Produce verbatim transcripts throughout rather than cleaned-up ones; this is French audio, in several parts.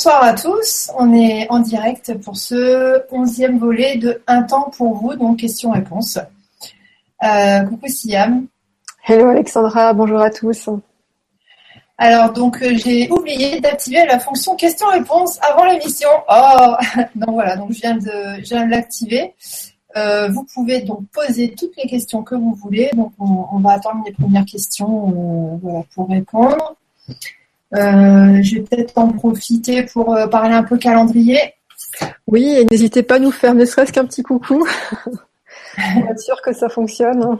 bonsoir à tous, on est en direct pour ce onzième volet de Un temps pour vous, donc questions-réponses. Euh, coucou Siam. Hello Alexandra, bonjour à tous. Alors donc euh, j'ai oublié d'activer la fonction questions-réponses avant l'émission. Oh donc voilà, donc je viens de, je viens de l'activer. Euh, vous pouvez donc poser toutes les questions que vous voulez. Donc on, on va attendre les premières questions euh, voilà, pour répondre. Euh, je vais peut-être en profiter pour euh, parler un peu calendrier. Oui, et n'hésitez pas à nous faire ne serait-ce qu'un petit coucou pour être sûr que ça fonctionne.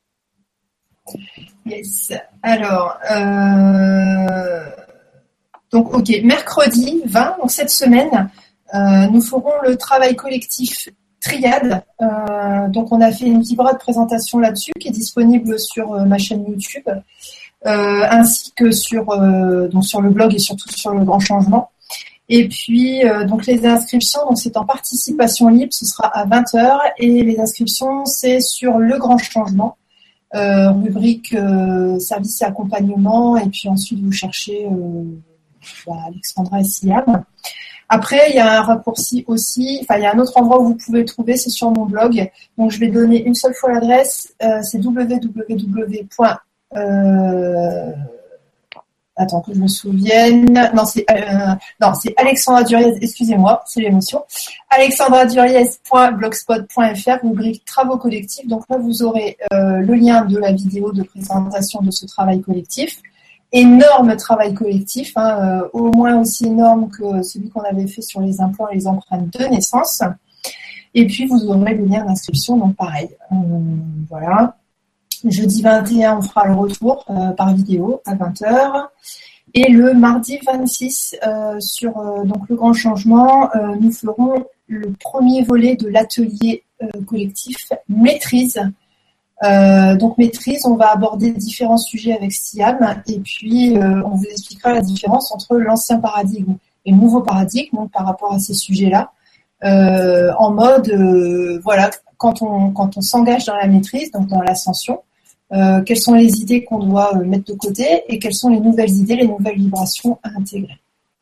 Yes. Alors, euh, donc ok, mercredi vingt, donc cette semaine, euh, nous ferons le travail collectif Triade. Euh, donc on a fait une vibrade présentation là-dessus qui est disponible sur euh, ma chaîne YouTube. Euh, ainsi que sur euh, donc sur le blog et surtout sur le Grand Changement. Et puis euh, donc les inscriptions, donc c'est en participation libre, ce sera à vingt heures et les inscriptions c'est sur le Grand Changement, euh, rubrique euh, service et accompagnement, et puis ensuite vous cherchez euh, bah, Alexandra et Siam. Après il y a un raccourci aussi, enfin il y a un autre endroit où vous pouvez le trouver, c'est sur mon blog. Donc je vais donner une seule fois l'adresse, euh, c'est w w w point Euh... Attends que je me souvienne. Non, c'est euh... non, c'est Alexandra Duriez. Excusez-moi, c'est l'émotion. alexandra duriez point blogspot point f r, rubrique travaux collectifs. Donc là, vous aurez euh, le lien de la vidéo de présentation de ce travail collectif. Énorme travail collectif, hein, euh, au moins aussi énorme que celui qu'on avait fait sur les implants et les empreintes de naissance. Et puis vous aurez le lien d'inscription. Donc pareil, euh, voilà. Jeudi vingt et un, on fera le retour euh, par vidéo à vingt heures. Et le mardi vingt-six, euh, sur euh, donc le Grand Changement, euh, nous ferons le premier volet de l'atelier euh, collectif Maîtrise. Euh, donc Maîtrise, on va aborder différents sujets avec Siam et puis euh, on vous expliquera la différence entre l'ancien paradigme et le nouveau paradigme, donc par rapport à ces sujets-là, euh, en mode, euh, voilà, quand on, quand on s'engage dans la maîtrise, donc dans l'ascension, Euh, quelles sont les idées qu'on doit euh, mettre de côté et quelles sont les nouvelles idées, les nouvelles vibrations à intégrer.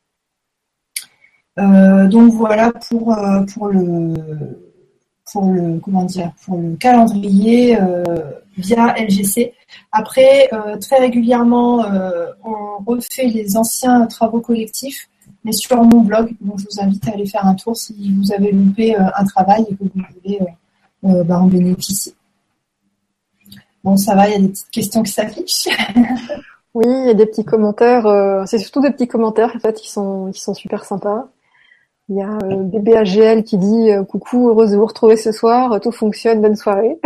Euh, donc voilà pour euh, pour le pour le comment dire pour le calendrier euh, via L G C. Après euh, très régulièrement euh, on refait les anciens travaux collectifs, mais sur mon blog. Donc je vous invite à aller faire un tour si vous avez loupé euh, un travail et que vous voulez euh, euh, bah, en bénéficier. Bon, ça va, il y a des petites questions qui s'affichent. Oui, il y a des petits commentaires. Euh, c'est surtout des petits commentaires en fait qui sont qui sont super sympas. Il y a euh, B B A G L qui dit euh, coucou, heureuse de vous retrouver ce soir. Tout fonctionne, bonne soirée.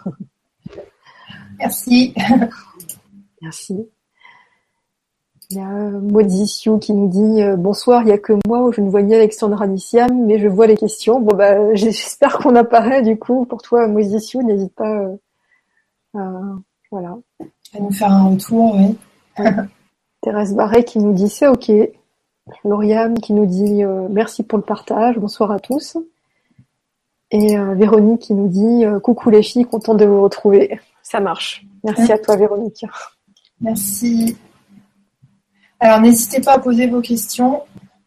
Merci. Merci. Il y a euh, Modisiu qui nous dit euh, bonsoir. Il y a que moi où je ne vois ni Alexandra ni Siam, mais je vois les questions. Bon bah j'espère qu'on apparaît du coup pour toi, Modisiu. N'hésite pas. Euh, Euh, voilà. À nous faire un retour, oui. Ouais. Thérèse Barret qui nous dit c'est ok. Lauriane qui nous dit euh, merci pour le partage, bonsoir à tous. Et euh, Véronique qui nous dit euh, coucou les filles, contente de vous retrouver. Ça marche. Merci à toi Véronique. Merci. Alors n'hésitez pas à poser vos questions.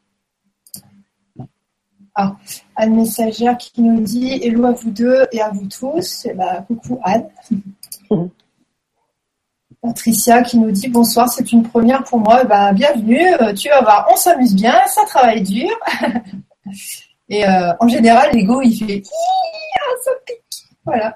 Ah, Anne Messagère qui nous dit hello à vous deux et à vous tous. Et bah, coucou Anne. Mmh. Patricia qui nous dit bonsoir, c'est une première pour moi. Ben, bienvenue, tu vas voir, on s'amuse bien, ça travaille dur. Et euh, en général, l'ego il fait ça pique. Voilà.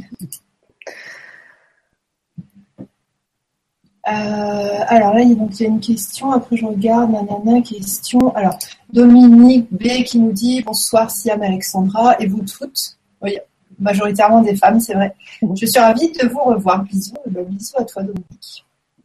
Euh, alors là, il y a une question. Après, je regarde. Nanana, question. Alors, Dominique B qui nous dit bonsoir, Siam, Alexandra, et vous toutes. Oui, majoritairement des femmes, c'est vrai. Je suis ravie de vous revoir. Bisous. Ben, bisous à toi, Dominique.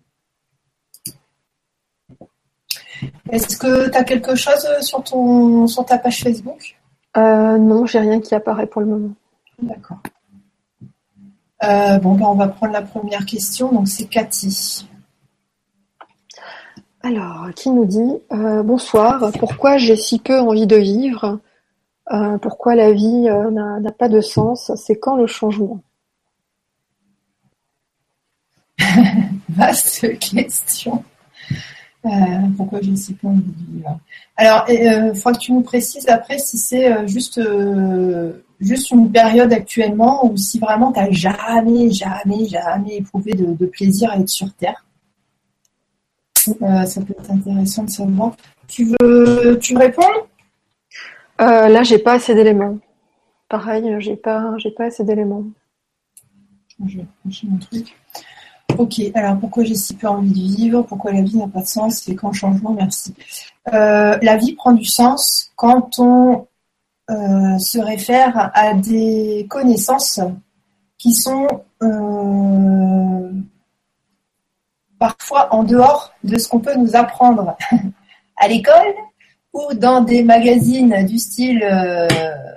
Est-ce que tu as quelque chose sur, ton, sur ta page Facebook ? euh, Non, j'ai rien qui apparaît pour le moment. D'accord. Euh, bon, ben, on va prendre la première question. Donc, c'est Cathy. Alors, qui nous dit euh, bonsoir. Pourquoi j'ai si peu envie de vivre ? euh, Pourquoi la vie euh, n'a, n'a pas de sens ? C'est quand le changement ? Vaste question. Euh, pourquoi j'ai si peu envie de vivre ? Alors, il euh, faudra que tu nous précises après si c'est euh, juste euh, juste une période actuellement ou si vraiment tu n'as jamais, jamais, jamais éprouvé de, de plaisir à être sur Terre. Euh, ça peut être intéressant de savoir. Tu veux, tu veux répondre? Euh, là, j'ai pas assez d'éléments. Pareil, j'ai pas, j'ai pas assez d'éléments. Je vais chercher mon truc. Ok, alors pourquoi j'ai si peu envie de vivre? Pourquoi la vie n'a pas de sens? C'est quand changement, merci. Euh, la vie prend du sens quand on euh, se réfère à des connaissances qui sont euh, parfois en dehors de ce qu'on peut nous apprendre à l'école ou dans des magazines du style... Euh,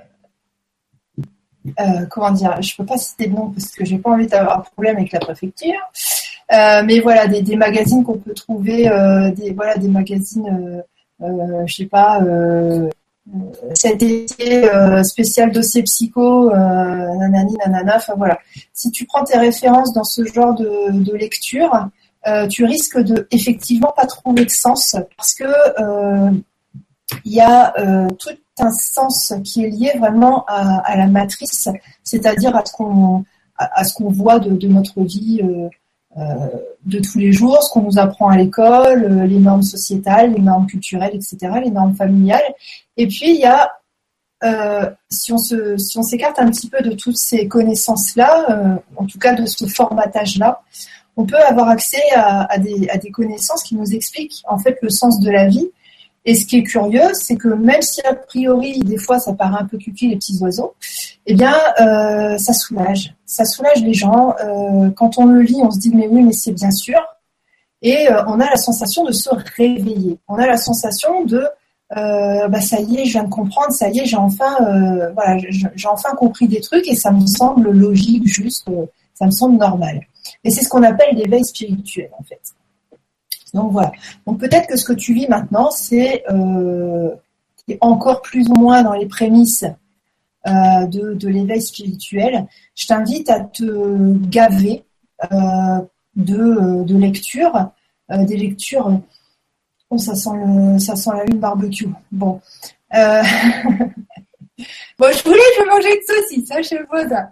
Euh, comment dire, je peux pas citer de nom parce que j'ai pas envie d'avoir un problème avec la préfecture. Euh, mais voilà, des, des magazines qu'on peut trouver, euh, des voilà, des magazines, euh, euh, je sais pas, euh, cet été euh, spécial dossier psycho, euh, nanani nanana. Enfin voilà, si tu prends tes références dans ce genre de, de lecture, euh, tu risques de effectivement pas trouver de sens parce que euh, il y a euh, tout un sens qui est lié vraiment à, à la matrice, c'est-à-dire à ce qu'on, à, à ce qu'on voit de, de notre vie euh, euh, de tous les jours, ce qu'on nous apprend à l'école, euh, les normes sociétales, les normes culturelles, et cetera, les normes familiales. Et puis il y a, euh, si on se, si on s'écarte un petit peu de toutes ces connaissances-là, euh, en tout cas de ce formatage-là, on peut avoir accès à, à, des, à des connaissances qui nous expliquent en fait le sens de la vie. Et ce qui est curieux, c'est que même si a priori, des fois, ça paraît un peu cucu les petits oiseaux, eh bien, euh, ça soulage. Ça soulage les gens. Euh, quand on le lit, on se dit, mais oui, mais c'est bien sûr. Et euh, on a la sensation de se réveiller. On a la sensation de, euh, bah ça y est, je viens de comprendre, ça y est, j'ai enfin, euh, voilà, j'ai enfin compris des trucs et ça me semble logique, juste, euh, ça me semble normal. Et c'est ce qu'on appelle l'éveil spirituel, en fait. Donc voilà. Donc peut-être que ce que tu vis maintenant, c'est euh, encore plus ou moins dans les prémices euh, de, de l'éveil spirituel. Je t'invite à te gaver euh, de, de lectures, euh, des lectures. Oh, ça sent le, ça sent la lune barbecue. Bon. Euh... bon, je voulais, je vais manger une saucisse, hein, je sais pas ça.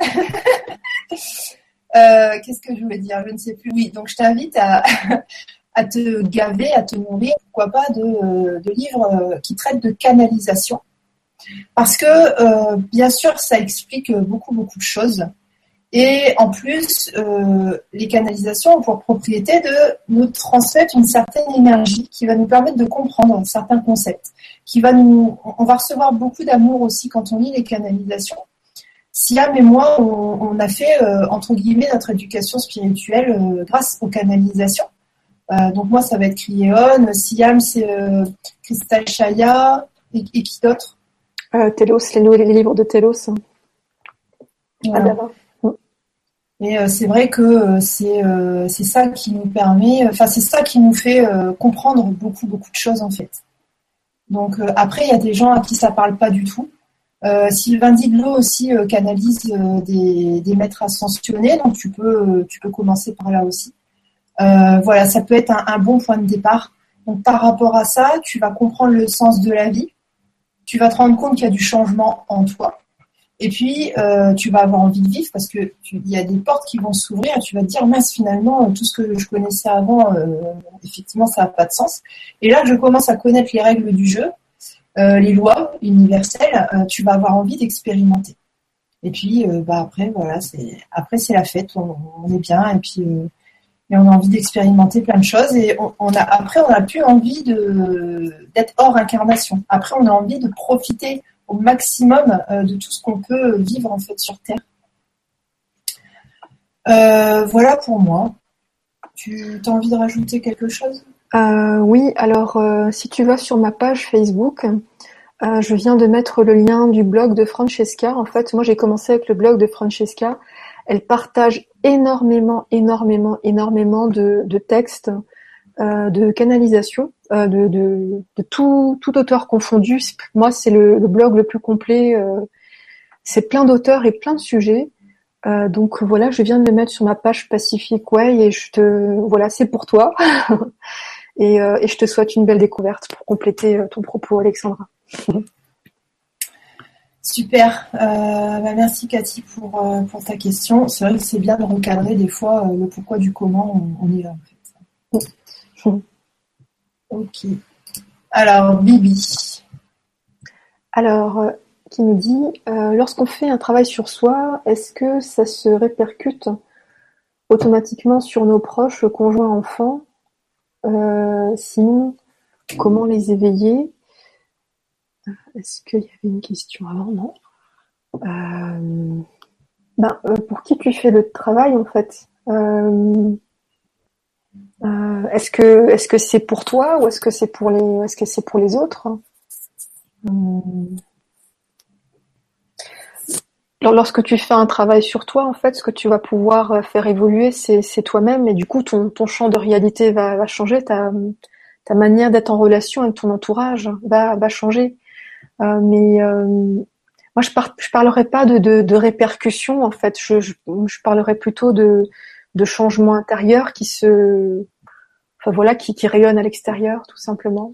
euh, qu'est-ce que je voulais dire? Je ne sais plus. Oui, donc je t'invite à à te gaver, à te nourrir, pourquoi pas, de, de livres qui traitent de canalisation. Parce que, euh, bien sûr, ça explique beaucoup, beaucoup de choses. Et en plus, euh, les canalisations ont pour propriété de nous transmettre une certaine énergie qui va nous permettre de comprendre certains concepts. Qui va nous, on va recevoir beaucoup d'amour aussi quand on lit les canalisations. Siam et moi, on, on a fait, euh, entre guillemets, notre éducation spirituelle euh, grâce aux canalisations. Euh, donc moi, ça va être Kriéon. Siam, c'est euh, Cristal Chaya. Et, et qui d'autre? euh, Telos, les, les livres de Telos. Voilà. Ah, et euh, c'est vrai que euh, c'est euh, c'est ça qui nous permet, enfin c'est ça qui nous fait euh, comprendre beaucoup beaucoup de choses en fait. Donc euh, après, il y a des gens à qui ça parle pas du tout. Euh, Sylvain Didlot aussi euh, canalise euh, des, des maîtres ascensionnés, donc tu peux euh, tu peux commencer par là aussi. Euh, voilà, ça peut être un, un bon point de départ. Donc par rapport à ça, tu vas comprendre le sens de la vie, tu vas te rendre compte qu'il y a du changement en toi, et puis euh, tu vas avoir envie de vivre parce que tu, il y a des portes qui vont s'ouvrir et tu vas te dire mince, finalement tout ce que je connaissais avant, euh, effectivement ça n'a pas de sens. Et là je commence à connaître les règles du jeu, euh, les lois universelles, euh, tu vas avoir envie d'expérimenter. Et puis euh, bah après voilà, c'est après c'est la fête, on, on est bien et puis euh, et on a envie d'expérimenter plein de choses et on, on a après on n'a plus envie de d'être hors incarnation. Après on a envie de profiter au maximum euh, de tout ce qu'on peut vivre en fait sur Terre. Euh, voilà pour moi. Tu as envie de rajouter quelque chose? euh, Oui, alors euh, si tu vas sur ma page Facebook, euh, je viens de mettre le lien du blog de Francesca. En fait, moi j'ai commencé avec le blog de Francesca. Elle partage énormément, énormément, énormément de, de textes, euh, de canalisation, euh, de, de, de tout, tout auteur confondu. Moi, c'est le, le blog le plus complet. Euh, c'est plein d'auteurs et plein de sujets. Euh, donc voilà, je viens de le mettre sur ma page Pacific Way et je te, voilà, c'est pour toi. Et, euh, et je te souhaite une belle découverte pour compléter ton propos, Alexandra. Super. Euh, bah merci Cathy pour, euh, pour ta question. C'est vrai que c'est bien de recadrer des fois euh, le pourquoi du comment on, on y va en fait. Oui. Ok. Alors, Bibi. Alors, euh, qui nous dit, euh, lorsqu'on fait un travail sur soi, est-ce que ça se répercute automatiquement sur nos proches, conjoints, enfants? Euh, sinon, comment les éveiller? Est-ce qu'il y avait une question avant? Non. Euh, ben, euh, pour qui tu fais le travail en fait? Euh, euh, est-ce que est-ce que c'est pour toi ou est-ce que c'est pour les est-ce que c'est pour les autres? Hum. Lorsque tu fais un travail sur toi, en fait, ce que tu vas pouvoir faire évoluer, c'est, c'est toi-même, et du coup, ton, ton champ de réalité va, va changer, ta, ta manière d'être en relation avec ton entourage va, va changer. Euh, mais euh, moi, je, par, je parlerai pas de, de, de répercussions, en fait. Je, je, je parlerai plutôt de, de changements intérieurs qui se, enfin voilà, qui, qui rayonnent à l'extérieur, tout simplement.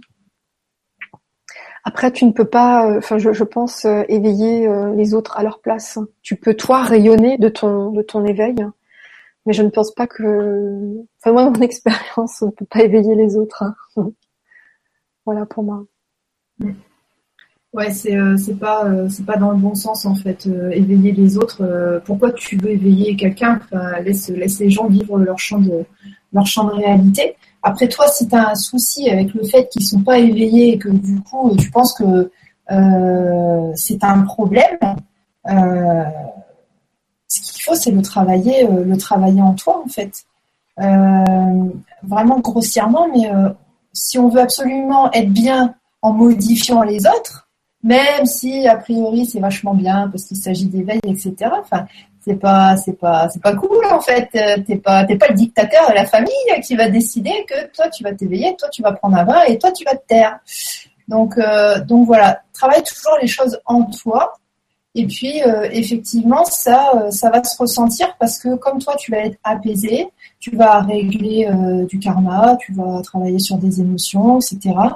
Après, tu ne peux pas, enfin, je, je pense, euh, éveiller euh, les autres à leur place. Tu peux toi rayonner de ton de ton éveil, mais je ne pense pas que, enfin moi, mon expérience, on ne peut pas éveiller les autres. Hein. Voilà pour moi. Ouais, c'est euh, c'est pas euh, c'est pas dans le bon sens en fait. Euh, éveiller les autres. Euh, pourquoi tu veux éveiller quelqu'un? Enfin, laisse laisse les gens vivre leur champ de leur champ de réalité. Après toi, si tu as un souci avec le fait qu'ils sont pas éveillés et que du coup tu penses que euh, c'est un problème, euh, ce qu'il faut c'est le travailler euh, le travailler en toi en fait. Euh, vraiment grossièrement, mais euh, si on veut absolument être bien en modifiant les autres, même si a priori c'est vachement bien parce qu'il s'agit d'éveil, et cetera. Enfin, c'est pas, c'est pas, c'est pas cool en fait. T'es pas, t'es pas le dictateur de la famille qui va décider que toi tu vas t'éveiller, toi tu vas prendre un bain et toi tu vas te taire. Donc, euh, donc voilà, travaille toujours les choses en toi. Et puis, euh, effectivement, ça, euh, ça va se ressentir parce que comme toi, tu vas être apaisé, tu vas régler euh, du karma, tu vas travailler sur des émotions, et cetera.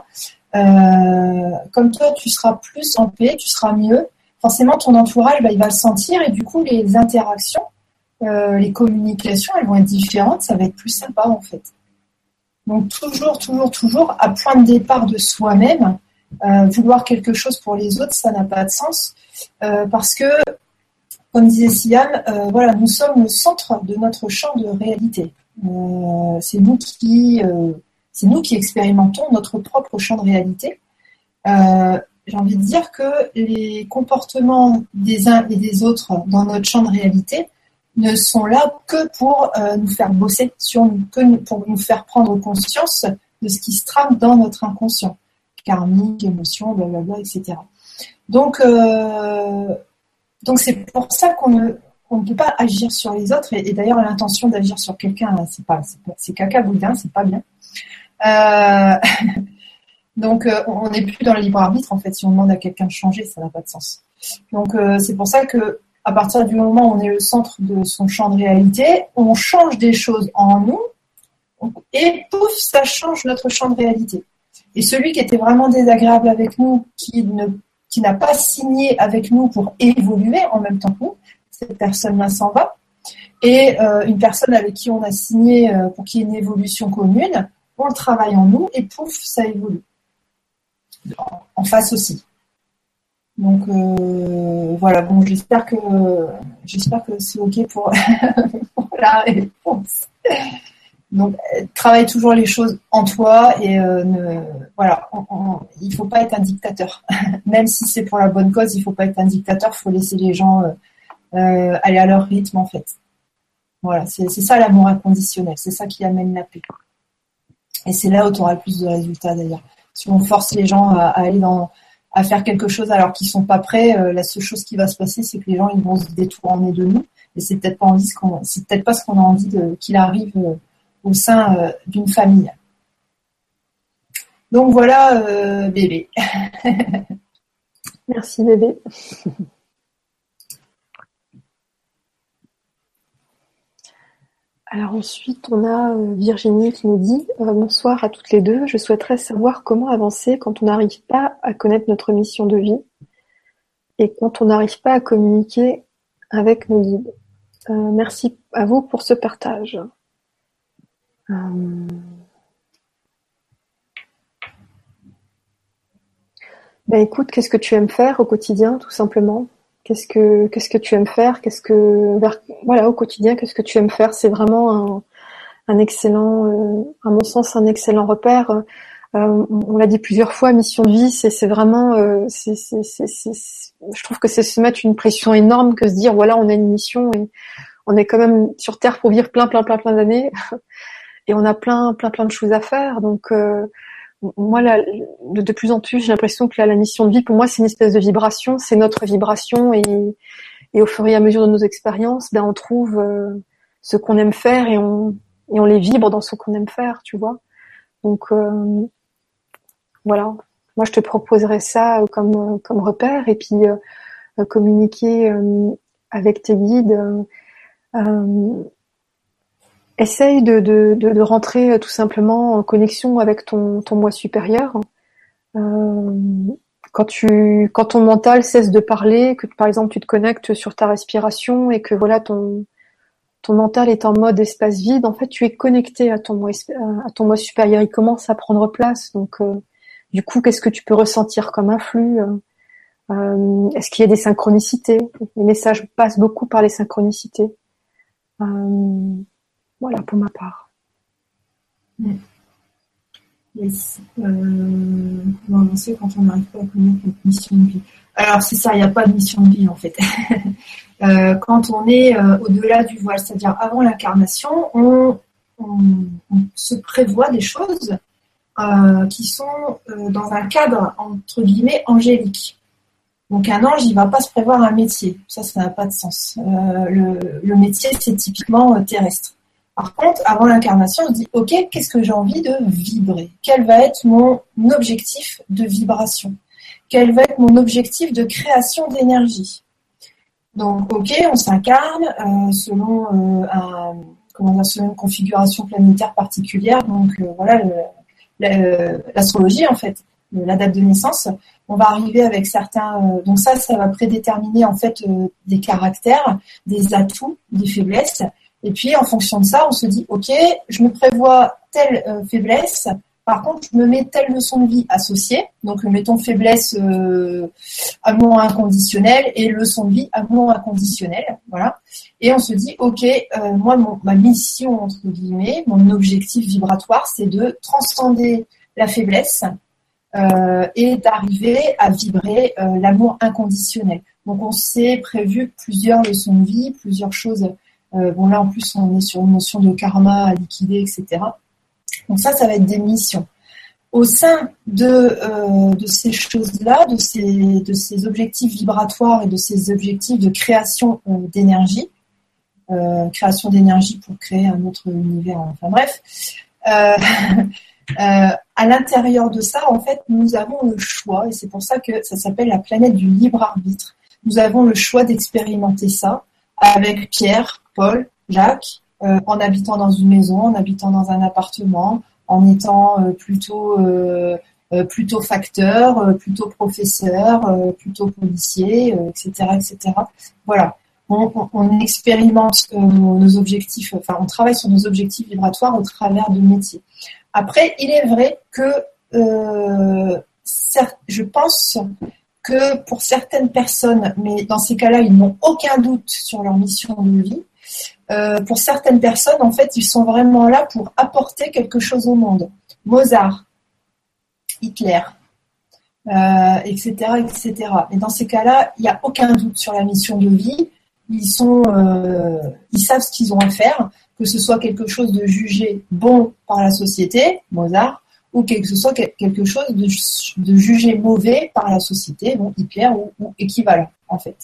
Euh, comme toi, tu seras plus en paix, tu seras mieux. Forcément, ton entourage, bah, il va le sentir et du coup, les interactions, euh, les communications, elles vont être différentes. Ça va être plus sympa en fait. Donc toujours, toujours, toujours, à point de départ de soi-même, euh, vouloir quelque chose pour les autres, ça n'a pas de sens. Euh, parce que, comme disait Siam, euh, voilà, nous sommes le centre de notre champ de réalité. Euh, c'est nous qui, euh, c'est nous qui expérimentons notre propre champ de réalité. Euh, j'ai envie de dire que les comportements des uns et des autres dans notre champ de réalité ne sont là que pour euh, nous faire bosser sur nous, que pour nous faire prendre conscience de ce qui se trame dans notre inconscient, karmique, émotion, blablabla, et cetera. Donc, euh, donc c'est pour ça qu'on ne, on ne peut pas agir sur les autres. Et, et d'ailleurs, l'intention d'agir sur quelqu'un, c'est pas, c'est, pas, c'est caca boudin, c'est pas bien. Euh, donc, euh, on n'est plus dans le libre arbitre en fait. Si on demande à quelqu'un de changer, ça n'a pas de sens. Donc, euh, c'est pour ça que à partir du moment où on est le centre de son champ de réalité, on change des choses en nous et pouf, ça change notre champ de réalité. Et celui qui était vraiment désagréable avec nous, qui ne qui n'a pas signé avec nous pour évoluer en même temps que nous, cette personne-là s'en va. Et euh, une personne avec qui on a signé euh, pour qu'il y ait une évolution commune, on le travaille en nous et pouf, ça évolue. En, en face aussi. Donc euh, voilà, bon, j'espère que j'espère que c'est ok pour, pour la réponse. Donc, travaille toujours les choses en toi et euh, ne, voilà, on, on, il faut pas être un dictateur. Même si c'est pour la bonne cause, il faut pas être un dictateur. Il faut laisser les gens euh, euh, aller à leur rythme en fait. Voilà, c'est, c'est ça l'amour inconditionnel. C'est ça qui amène la paix. Et c'est là où tu auras le plus de résultats d'ailleurs. Si on force les gens à, à aller dans, à faire quelque chose alors qu'ils sont pas prêts, euh, la seule chose qui va se passer, c'est que les gens ils vont se détourner de nous. Et c'est peut-être pas envie, ce qu'on, c'est peut-être pas ce qu'on a envie de, qu'il arrive. Euh, au sein euh, d'une famille. Donc voilà, euh, bébé. Merci bébé. Alors ensuite, on a euh, Virginie qui nous dit euh, bonsoir à toutes les deux. Je souhaiterais savoir comment avancer quand on n'arrive pas à connaître notre mission de vie et quand on n'arrive pas à communiquer avec nos guides. Euh, merci à vous pour ce partage. Euh... Ben écoute, qu'est-ce que tu aimes faire au quotidien, tout simplement? Qu'est-ce que qu'est-ce que tu aimes faire? Qu'est-ce que vers, voilà, au quotidien, qu'est-ce que tu aimes faire? C'est vraiment un, un excellent, euh, à mon sens, un excellent repère. Euh, on l'a dit plusieurs fois, mission de vie, c'est c'est vraiment, euh, c'est, c'est, c'est, c'est, c'est, je trouve que c'est se mettre une pression énorme que se dire voilà, on a une mission et on est quand même sur Terre pour vivre plein, plein, plein, plein d'années et on a plein, plein, plein de choses à faire. Donc euh, moi, là, de, de plus en plus, j'ai l'impression que là, la mission de vie, pour moi, c'est une espèce de vibration, c'est notre vibration, et, et au fur et à mesure de nos expériences, ben, on trouve euh, ce qu'on aime faire et on, et on les vibre dans ce qu'on aime faire, tu vois. Donc, euh, voilà. Moi, je te proposerais ça comme, comme repère, et puis euh, communiquer euh, avec tes guides. Euh, euh, Essaye de, de, de, de rentrer tout simplement en connexion avec ton, ton moi supérieur. Euh, quand tu, quand ton mental cesse de parler, que par exemple tu te connectes sur ta respiration et que voilà ton, ton mental est en mode espace vide, en fait tu es connecté à ton moi, à ton moi supérieur. Il commence à prendre place. Donc euh, du coup, qu'est-ce que tu peux ressentir comme un flux? euh, Est-ce qu'il y a des synchronicités? Les messages passent beaucoup par les synchronicités. Euh, Voilà pour ma part. Yes. Euh, comment avancer quand on n'arrive pas à connaître notre mission de vie? Alors c'est ça, il n'y a pas de mission de vie en fait. euh, quand on est euh, au-delà du voile, c'est-à-dire avant l'incarnation, on, on, on se prévoit des choses euh, qui sont euh, dans un cadre entre guillemets angélique. Donc un ange, il va pas se prévoir un métier. Ça, ça n'a pas de sens. Euh, le, le métier, c'est typiquement euh, terrestre. Par contre, avant l'incarnation, on se dit, ok, qu'est-ce que j'ai envie de vibrer? Quel va être mon objectif de vibration? Quel va être mon objectif de création d'énergie? Donc, ok, on s'incarne euh, selon euh, un, comment dire, selon une configuration planétaire particulière. Donc euh, voilà, le, le, l'astrologie en fait, la date de naissance. On va arriver avec certains. Euh, donc ça, ça va prédéterminer en fait euh, des caractères, des atouts, des faiblesses. Et puis, en fonction de ça, on se dit, ok, je me prévois telle euh, faiblesse. Par contre, je me mets telle leçon de vie associée. Donc, mettons faiblesse, euh, amour inconditionnel et leçon de vie, amour inconditionnel. Voilà. Et on se dit, ok, euh, moi, mon, ma mission, entre guillemets, mon objectif vibratoire, c'est de transcender la faiblesse euh, et d'arriver à vibrer euh, l'amour inconditionnel. Donc, on s'est prévu plusieurs leçons de vie, plusieurs choses. Euh, bon là en plus on est sur une notion de karma à liquider, et cetera. Donc ça, ça va être des missions. Au sein de, euh, de ces choses-là, de ces, de ces objectifs vibratoires et de ces objectifs de création euh, d'énergie, euh, création d'énergie pour créer un autre univers, enfin bref, euh, euh, à l'intérieur de ça, en fait, nous avons le choix, et c'est pour ça que ça s'appelle la planète du libre arbitre. Nous avons le choix d'expérimenter ça avec Pierre, Paul, Jacques, euh, en habitant dans une maison, en habitant dans un appartement, en étant euh, plutôt euh, euh, plutôt facteur, euh, plutôt professeur, euh, plutôt policier, euh, et cetera, et cetera. Voilà, on, on, on expérimente euh, nos objectifs, enfin on travaille sur nos objectifs vibratoires au travers de métiers. Après, il est vrai que euh, certes, je pense que pour certaines personnes, mais dans ces cas-là, ils n'ont aucun doute sur leur mission de vie. Euh, pour certaines personnes, en fait, ils sont vraiment là pour apporter quelque chose au monde. Mozart, Hitler, euh, et cetera, et cetera. Et dans ces cas-là, il n'y a aucun doute sur la mission de vie. Ils sont, euh, ils savent ce qu'ils ont à faire, que ce soit quelque chose de jugé bon par la société, Mozart, ou que ce soit quelque chose de, de jugé mauvais par la société, bon, Hitler ou, ou équivalent, en fait.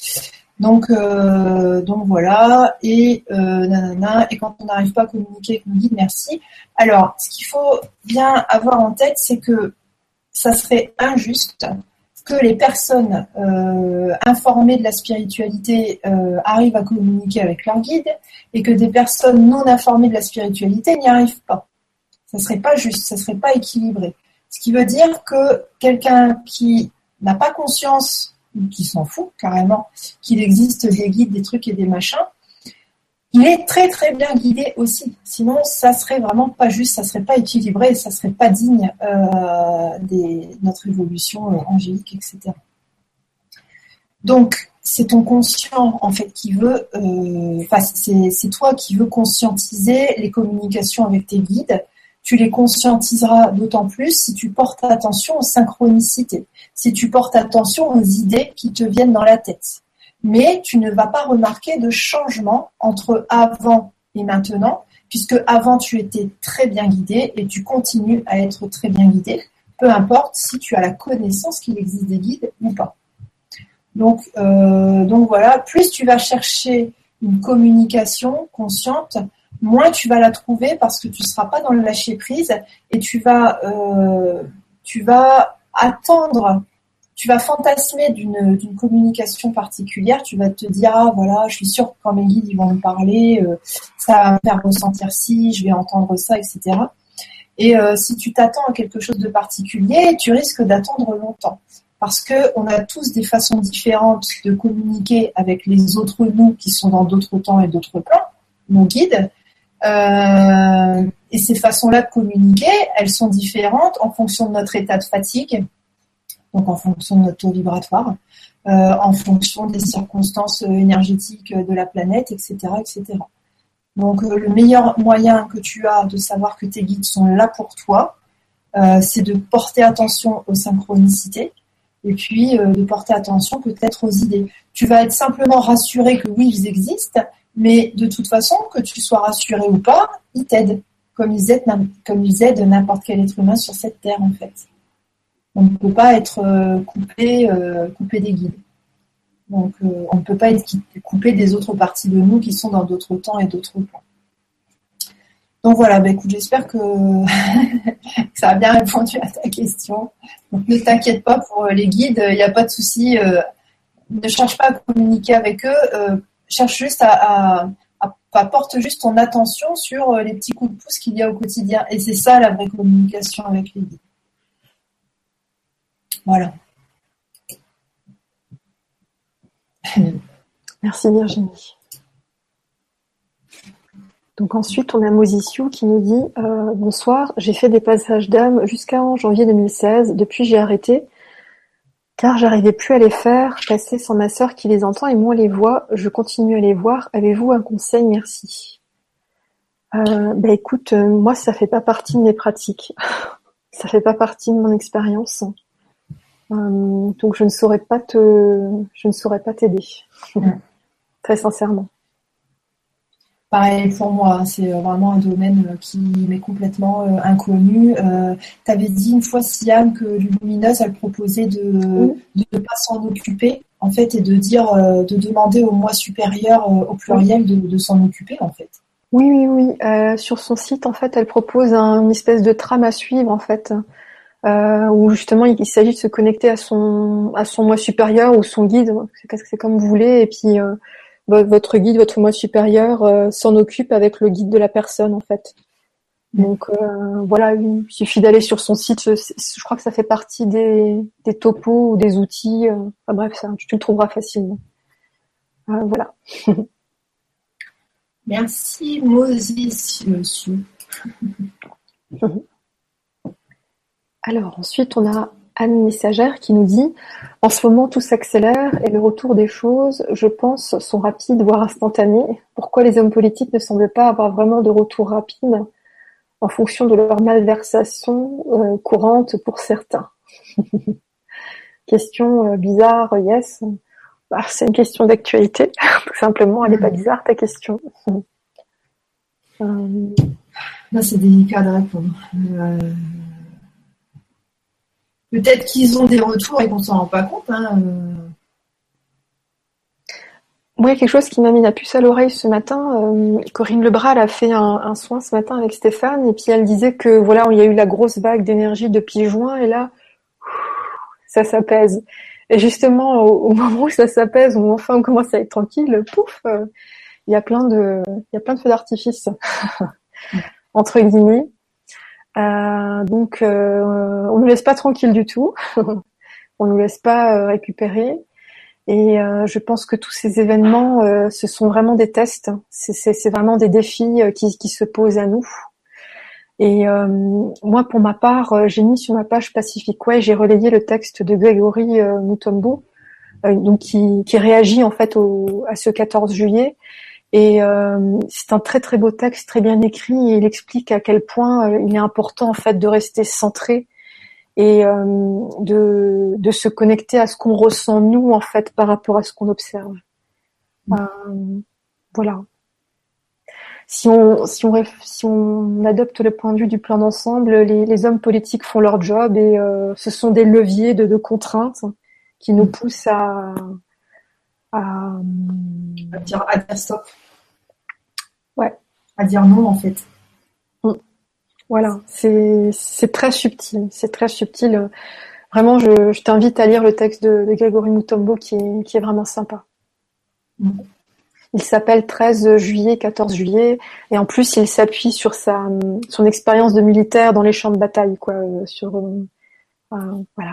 Donc, euh, donc voilà, et euh, nanana, et quand on n'arrive pas à communiquer avec nos guides, merci. Alors, ce qu'il faut bien avoir en tête, c'est que ça serait injuste que les personnes euh, informées de la spiritualité euh, arrivent à communiquer avec leur guide et que des personnes non informées de la spiritualité n'y arrivent pas. Ça serait pas juste, ça serait pas équilibré. Ce qui veut dire que quelqu'un qui n'a pas conscience, ou qui s'en fout carrément, qu'il existe des guides, des trucs et des machins, il est très très bien guidé aussi. Sinon, ça serait vraiment pas juste, ça serait pas équilibré, ça serait pas digne euh, de notre évolution euh, angélique, et cetera. Donc, c'est ton conscient en fait qui veut, euh, enfin c'est, c'est toi qui veux conscientiser les communications avec tes guides. Tu les conscientiseras d'autant plus si tu portes attention aux synchronicités, si tu portes attention aux idées qui te viennent dans la tête. Mais tu ne vas pas remarquer de changement entre avant et maintenant, puisque avant tu étais très bien guidé et tu continues à être très bien guidé, peu importe si tu as la connaissance qu'il existe des guides ou pas. Donc, euh, donc voilà, plus tu vas chercher une communication consciente, moins tu vas la trouver parce que tu ne seras pas dans le lâcher prise et tu vas, euh, tu vas attendre. Tu vas fantasmer d'une, d'une communication particulière, tu vas te dire, ah voilà, je suis sûre que quand mes guides ils vont me parler, euh, ça va me faire ressentir ci, je vais entendre ça, et cetera. Et euh, si tu t'attends à quelque chose de particulier, tu risques d'attendre longtemps. Parce que on a tous des façons différentes de communiquer avec les autres nous qui sont dans d'autres temps et d'autres plans, nos guides. Euh, et ces façons-là de communiquer, elles sont différentes en fonction de notre état de fatigue, donc en fonction de notre taux vibratoire, euh, en fonction des circonstances énergétiques de la planète, et cetera, et cetera. Donc euh, le meilleur moyen que tu as de savoir que tes guides sont là pour toi, euh, c'est de porter attention aux synchronicités et puis euh, de porter attention peut-être aux idées. Tu vas être simplement rassuré que oui, ils existent, mais de toute façon, que tu sois rassuré ou pas, ils t'aident, comme ils aident, comme ils aident n'importe quel être humain sur cette terre en fait. On ne peut pas être euh, coupé, euh, coupé des guides. Donc, euh, on ne peut pas être coupé des autres parties de nous qui sont dans d'autres temps et d'autres plans. Donc voilà, bah, écoute, j'espère que, que ça a bien répondu à ta question. Donc ne t'inquiète pas pour les guides, il n'y a pas de souci. Euh, ne cherche pas à communiquer avec eux, euh, cherche juste à, à, à, à porte juste ton attention sur les petits coups de pouce qu'il y a au quotidien. Et c'est ça la vraie communication avec les guides. Voilà. Merci Virginie. Donc ensuite, on a Mosisiu qui nous dit euh, « Bonsoir, j'ai fait des passages d'âme jusqu'en janvier deux mille seize. Depuis, j'ai arrêté car j'arrivais plus à les faire, passer sans ma sœur qui les entend et moi les voit. Je continue à les voir. Avez-vous un conseil? Merci. » euh, Bah écoute, euh, moi, ça fait pas partie de mes pratiques. Ça fait pas partie de mon expérience. Euh, donc je ne saurais pas te, je ne saurais pas t'aider. Mmh. Très sincèrement. Pareil pour moi, c'est vraiment un domaine qui m'est complètement euh, inconnu. Euh, tu avais dit une fois, Siam, que Lumineuse, elle proposait de ne oui. pas s'en occuper, en fait, et de dire, euh, de demander au moi supérieur, euh, au pluriel, de, de s'en occuper, en fait. Oui, oui, oui. Euh, sur son site, en fait, elle propose un, une espèce de trame à suivre, en fait, euh, où justement il, il s'agit de se connecter à son, à son moi supérieur ou son guide. C'est, c'est comme vous voulez, et puis. Euh, votre guide, votre moi supérieur euh, s'en occupe avec le guide de la personne en fait. Donc euh, voilà, il suffit d'aller sur son site. Je, je crois que ça fait partie des, des topos ou des outils. Euh, enfin bref, ça, tu le trouveras facilement. Euh, voilà. Merci Moses. Alors ensuite, on a Anne Messagère qui nous dit « En ce moment, tout s'accélère et le retour des choses, je pense, sont rapides, voire instantanés. Pourquoi les hommes politiques ne semblent pas avoir vraiment de retour rapide en fonction de leur malversation euh, courante pour certains ?» Question euh, bizarre, yes. Bah, c'est une question d'actualité, tout simplement. Elle n'est pas bizarre, ta question. euh... Là, c'est délicat de répondre. Euh... Peut-être qu'ils ont des retours et qu'on s'en rend pas compte. Hein. Oui, quelque chose qui m'a mis la puce à l'oreille ce matin. Euh, Corinne Lebras, elle a fait un, un soin ce matin avec Stéphane et puis elle disait que voilà, il y a eu la grosse vague d'énergie depuis juin et là, ça s'apaise. Et justement, au, au moment où ça s'apaise, où enfin on commence à être tranquille, pouf, il euh, y a plein de, il y a plein de feux d'artifice entre guillemets. Euh, donc, euh, on nous laisse pas tranquille du tout. On nous laisse pas euh, récupérer. Et euh, je pense que tous ces événements, euh, ce sont vraiment des tests. C'est, c'est, c'est vraiment des défis euh, qui, qui se posent à nous. Et euh, moi, pour ma part, euh, j'ai mis sur ma page Pacific Way, j'ai relayé le texte de Grégory euh, Mutombo, euh, donc qui, qui réagit en fait au, à ce quatorze juillet. Et euh, c'est un très très beau texte, très bien écrit. Et il explique à quel point euh, il est important en fait de rester centré et euh, de, de se connecter à ce qu'on ressent nous en fait par rapport à ce qu'on observe. Euh, voilà. Si on, si on, si on adopte le point de vue du plan d'ensemble, les, les hommes politiques font leur job et euh, ce sont des leviers de, de contraintes qui nous poussent à, à, à, dire, à dire stop. Ouais. À dire non, en fait. Voilà. C'est, c'est très subtil. C'est très subtil. Vraiment, je, je t'invite à lire le texte de, de Grégory Mutombo qui est, qui est vraiment sympa. Mm. Il s'appelle treize juillet, quatorze juillet, et en plus il s'appuie sur sa son expérience de militaire dans les champs de bataille, quoi. Sur euh, euh, voilà.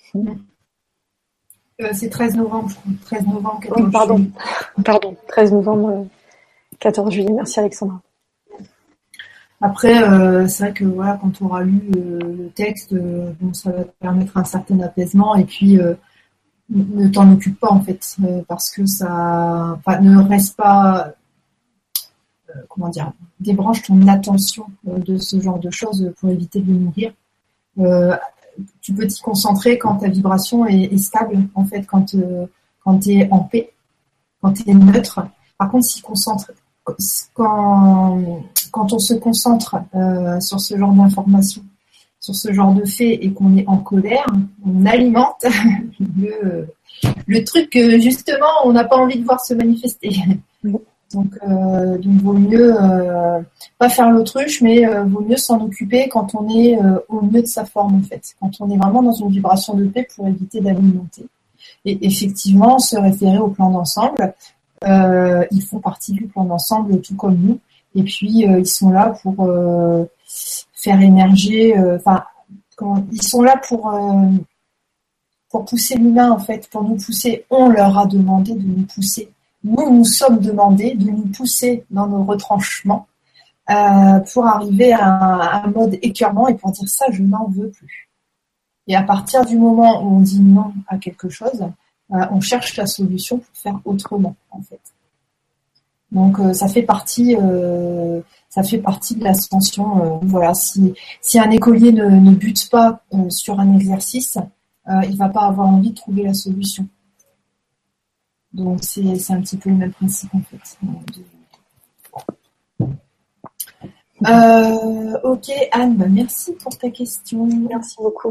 Euh, c'est treize novembre, je crois. treize novembre, quatorze oh, pardon, juillet. Pardon, treize novembre, quatorze juillet. Merci Alexandra. Après, euh, c'est vrai que voilà, quand on aura lu euh, le texte, euh, bon, ça va te permettre un certain apaisement, et puis euh, ne t'en occupe pas en fait, euh, parce que ça, enfin, ne reste pas, euh, comment dire, débranche ton attention euh, de ce genre de choses pour éviter de mourir. Euh, tu peux t'y concentrer quand ta vibration est, est stable, en fait, quand euh, quand tu es en paix, quand tu es neutre. Par contre, s'y concentre, quand quand on se concentre euh, sur ce genre d'informations, sur ce genre de faits et qu'on est en colère, on alimente le, le truc que justement on n'a pas envie de voir se manifester. Donc, euh, donc vaut mieux euh, pas faire l'autruche, mais euh, vaut mieux s'en occuper quand on est euh, au mieux de sa forme en fait, quand on est vraiment dans une vibration de paix pour éviter d'alimenter. Et effectivement, se référer au plan d'ensemble, euh, ils font partie du plan d'ensemble tout comme nous, et puis euh, ils sont là pour euh, faire émerger, enfin, euh, ils sont là pour euh, pour pousser l'humain en fait, pour nous pousser. On leur a demandé de nous pousser. Nous nous sommes demandés de nous pousser dans nos retranchements euh, pour arriver à un, à un mode écœurement et pour dire ça, je n'en veux plus. Et à partir du moment où on dit non à quelque chose, euh, on cherche la solution pour faire autrement en fait. Donc euh, ça fait partie, euh, ça fait partie de l'ascension. Euh, voilà, si si un écolier ne, ne bute pas euh, sur un exercice, euh, il va pas avoir envie de trouver la solution. Donc c'est c'est un petit peu le même principe en fait. Euh, ok Anne, bah, merci pour ta question. Merci beaucoup.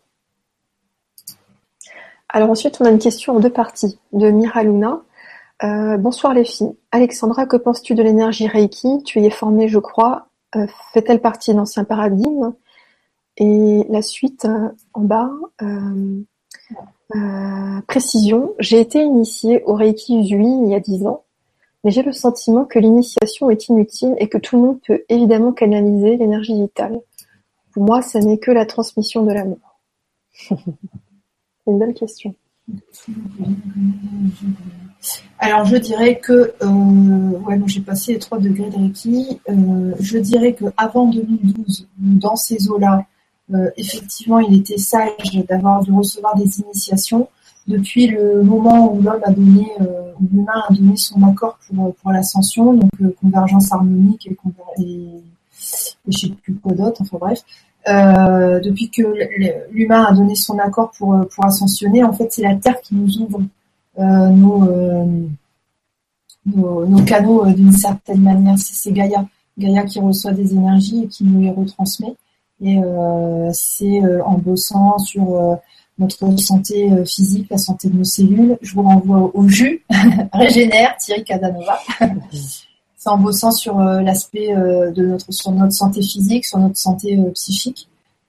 Alors ensuite on a une question en deux parties de Mira Luna. Euh, bonsoir les filles. Alexandra, que penses-tu de l'énergie Reiki? Tu y es formée, je crois. Euh, fait-elle partie de l'ancien paradigme? Et la suite, euh, en bas, euh, euh, précision. J'ai été initiée au Reiki Usui il y a dix ans, mais j'ai le sentiment que l'initiation est inutile et que tout le monde peut évidemment canaliser l'énergie vitale. Pour moi, ça n'est que la transmission de l'amour. C'est une belle question. Alors je dirais que euh, ouais, moi j'ai passé les trois degrés de Reiki. Euh, je dirais que avant deux mille douze, dans ces eaux-là, euh, effectivement, il était sage d'avoir de recevoir des initiations. Depuis le moment où l'homme a donné, euh, où l'humain a donné son accord pour pour l'ascension, donc euh, convergence harmonique et, conver- et, et je sais plus quoi d'autre. Enfin bref. Euh, depuis que l'humain a donné son accord pour pour ascensionner, en fait, c'est la Terre qui nous ouvre euh, nos, euh, nos nos canaux euh, d'une certaine manière. C'est, c'est Gaïa, Gaïa qui reçoit des énergies et qui nous les retransmet. Et euh, c'est euh, en bossant sur euh, notre santé euh, physique, la santé de nos cellules. Je vous renvoie au, au jus Régénère, Thierry Cadanova. C'est en bossant sur euh, l'aspect euh, de notre sur notre santé physique, sur notre santé euh, psychique,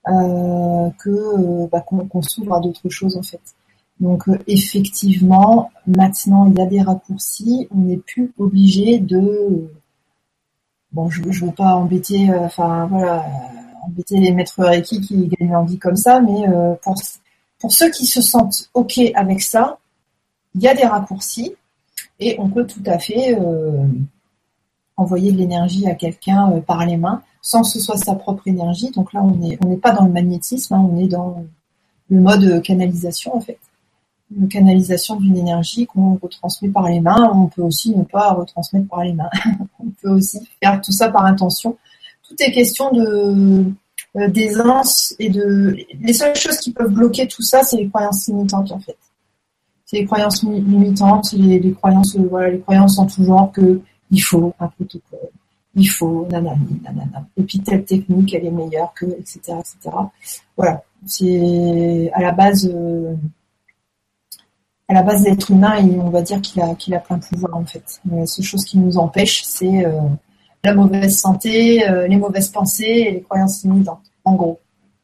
euh, que euh, bah, qu'on, qu'on s'ouvre à d'autres choses en fait. Donc euh, effectivement, maintenant il y a des raccourcis, on n'est plus obligé de bon, je, je veux pas embêter, enfin euh, voilà, euh, embêter les maîtres Reiki qui gagnent leur vie comme ça, mais euh, pour pour ceux qui se sentent ok avec ça, il y a des raccourcis et on peut tout à fait euh, envoyer de l'énergie à quelqu'un euh, par les mains, sans que ce soit sa propre énergie. Donc là, on est on n'est pas dans le magnétisme, hein, on est dans le mode canalisation en fait. Une canalisation d'une énergie qu'on retransmet par les mains. On peut aussi ne pas retransmettre par les mains. On peut aussi faire tout ça par intention. Tout est question de euh, d'aisance et de. Les seules choses qui peuvent bloquer tout ça, c'est les croyances limitantes en fait. C'est les croyances limitantes, les, les croyances, euh, voilà, les croyances en tout genre que il faut un protocole, il faut nanani, nanana. Et puis telle technique, elle est meilleure que, et cetera, et cetera. Voilà. C'est à la base. Euh, À la base, l'être humain, on va dire qu'il a, qu'il a plein pouvoir en fait. Mais la seule chose qui nous empêche, c'est euh, la mauvaise santé, euh, les mauvaises pensées et les croyances limitantes, en gros.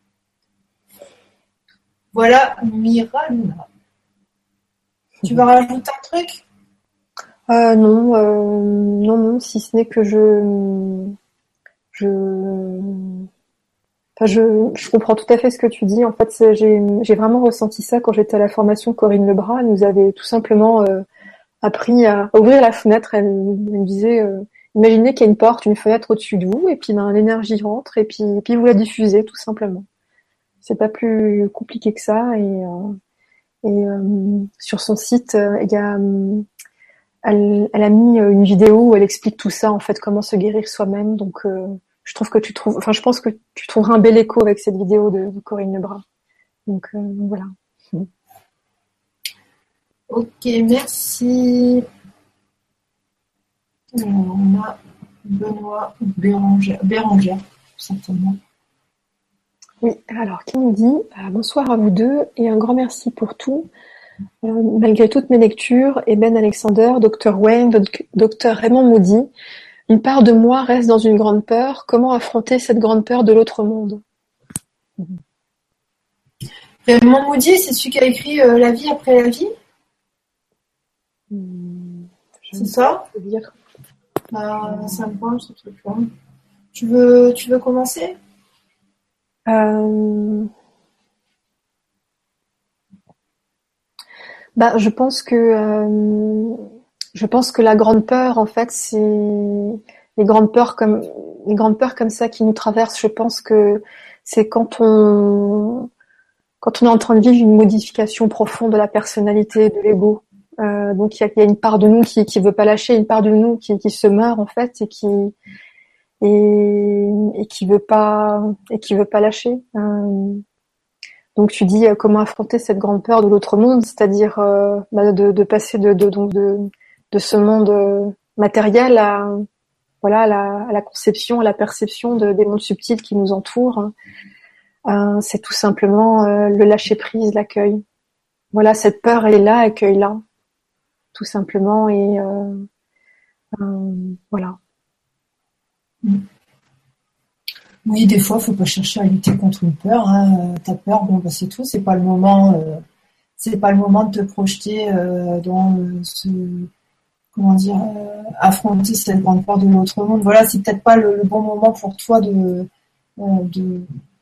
Voilà, Mira Luna. Tu vas rajouter un truc ? euh, Non, euh, non, non, si ce n'est que je, je, enfin, je, je comprends tout à fait ce que tu dis. En fait, j'ai, j'ai vraiment ressenti ça quand j'étais à la formation Corinne Lebras. Elle nous avait tout simplement euh, appris à ouvrir la fenêtre. Elle, elle nous disait, euh, imaginez qu'il y a une porte, une fenêtre au-dessus de vous, et puis ben, l'énergie rentre, et puis, et puis vous la diffusez tout simplement. C'est pas plus compliqué que ça. Et, euh, et euh, sur son site, euh, il y a, elle, elle a mis une vidéo où elle explique tout ça, en fait, comment se guérir soi-même. Donc euh, je trouve que tu trouves, enfin, je pense que tu trouveras un bel écho avec cette vidéo de, de Corinne Lebras. Donc, euh, voilà. Ok, merci. Alors, on a Benoît Bérangère, Bérangère, certainement. Oui, alors, qui nous dit euh, bonsoir à vous deux et un grand merci pour tout. Euh, malgré toutes mes lectures, et Ben Alexander, docteur Wayne, docteur Raymond Moody, une part de moi reste dans une grande peur. Comment affronter cette grande peur de l'autre monde ? Raymond Moody, c'est celui qui a écrit euh, La vie après la vie ? Hmm, c'est ça ? dire. Euh, ça me parle ce truc-là. Tu veux, tu veux commencer ? euh... Bah, je pense que euh, je pense que la grande peur, en fait, c'est les grandes peurs comme les grandes peurs comme ça qui nous traversent. Je pense que c'est quand on quand on est en train de vivre une modification profonde de la personnalité, de l'ego. Euh, donc il y a, y a une part de nous qui qui veut pas lâcher, une part de nous qui qui se meurt en fait et qui et, et qui veut pas et qui veut pas lâcher. Euh, Donc tu dis euh, comment affronter cette grande peur de l'autre monde, c'est-à-dire euh, bah, de, de passer de, de, donc de, de ce monde euh, matériel à voilà à la, à la conception, à la perception de, des mondes subtils qui nous entourent. Euh, c'est tout simplement euh, le lâcher prise, l'accueil. Voilà, cette peur elle est là, accueille-la, tout simplement et euh, euh, voilà. Oui, des fois, faut pas chercher à lutter contre une peur. Hein. T'as peur, bon, bah, c'est tout. C'est pas le moment. Euh, c'est pas le moment de te projeter euh, dans euh, ce, comment dire, euh, affronter cette grande peur de l'autre monde. Voilà, c'est peut-être pas le, le bon moment pour toi de, euh, de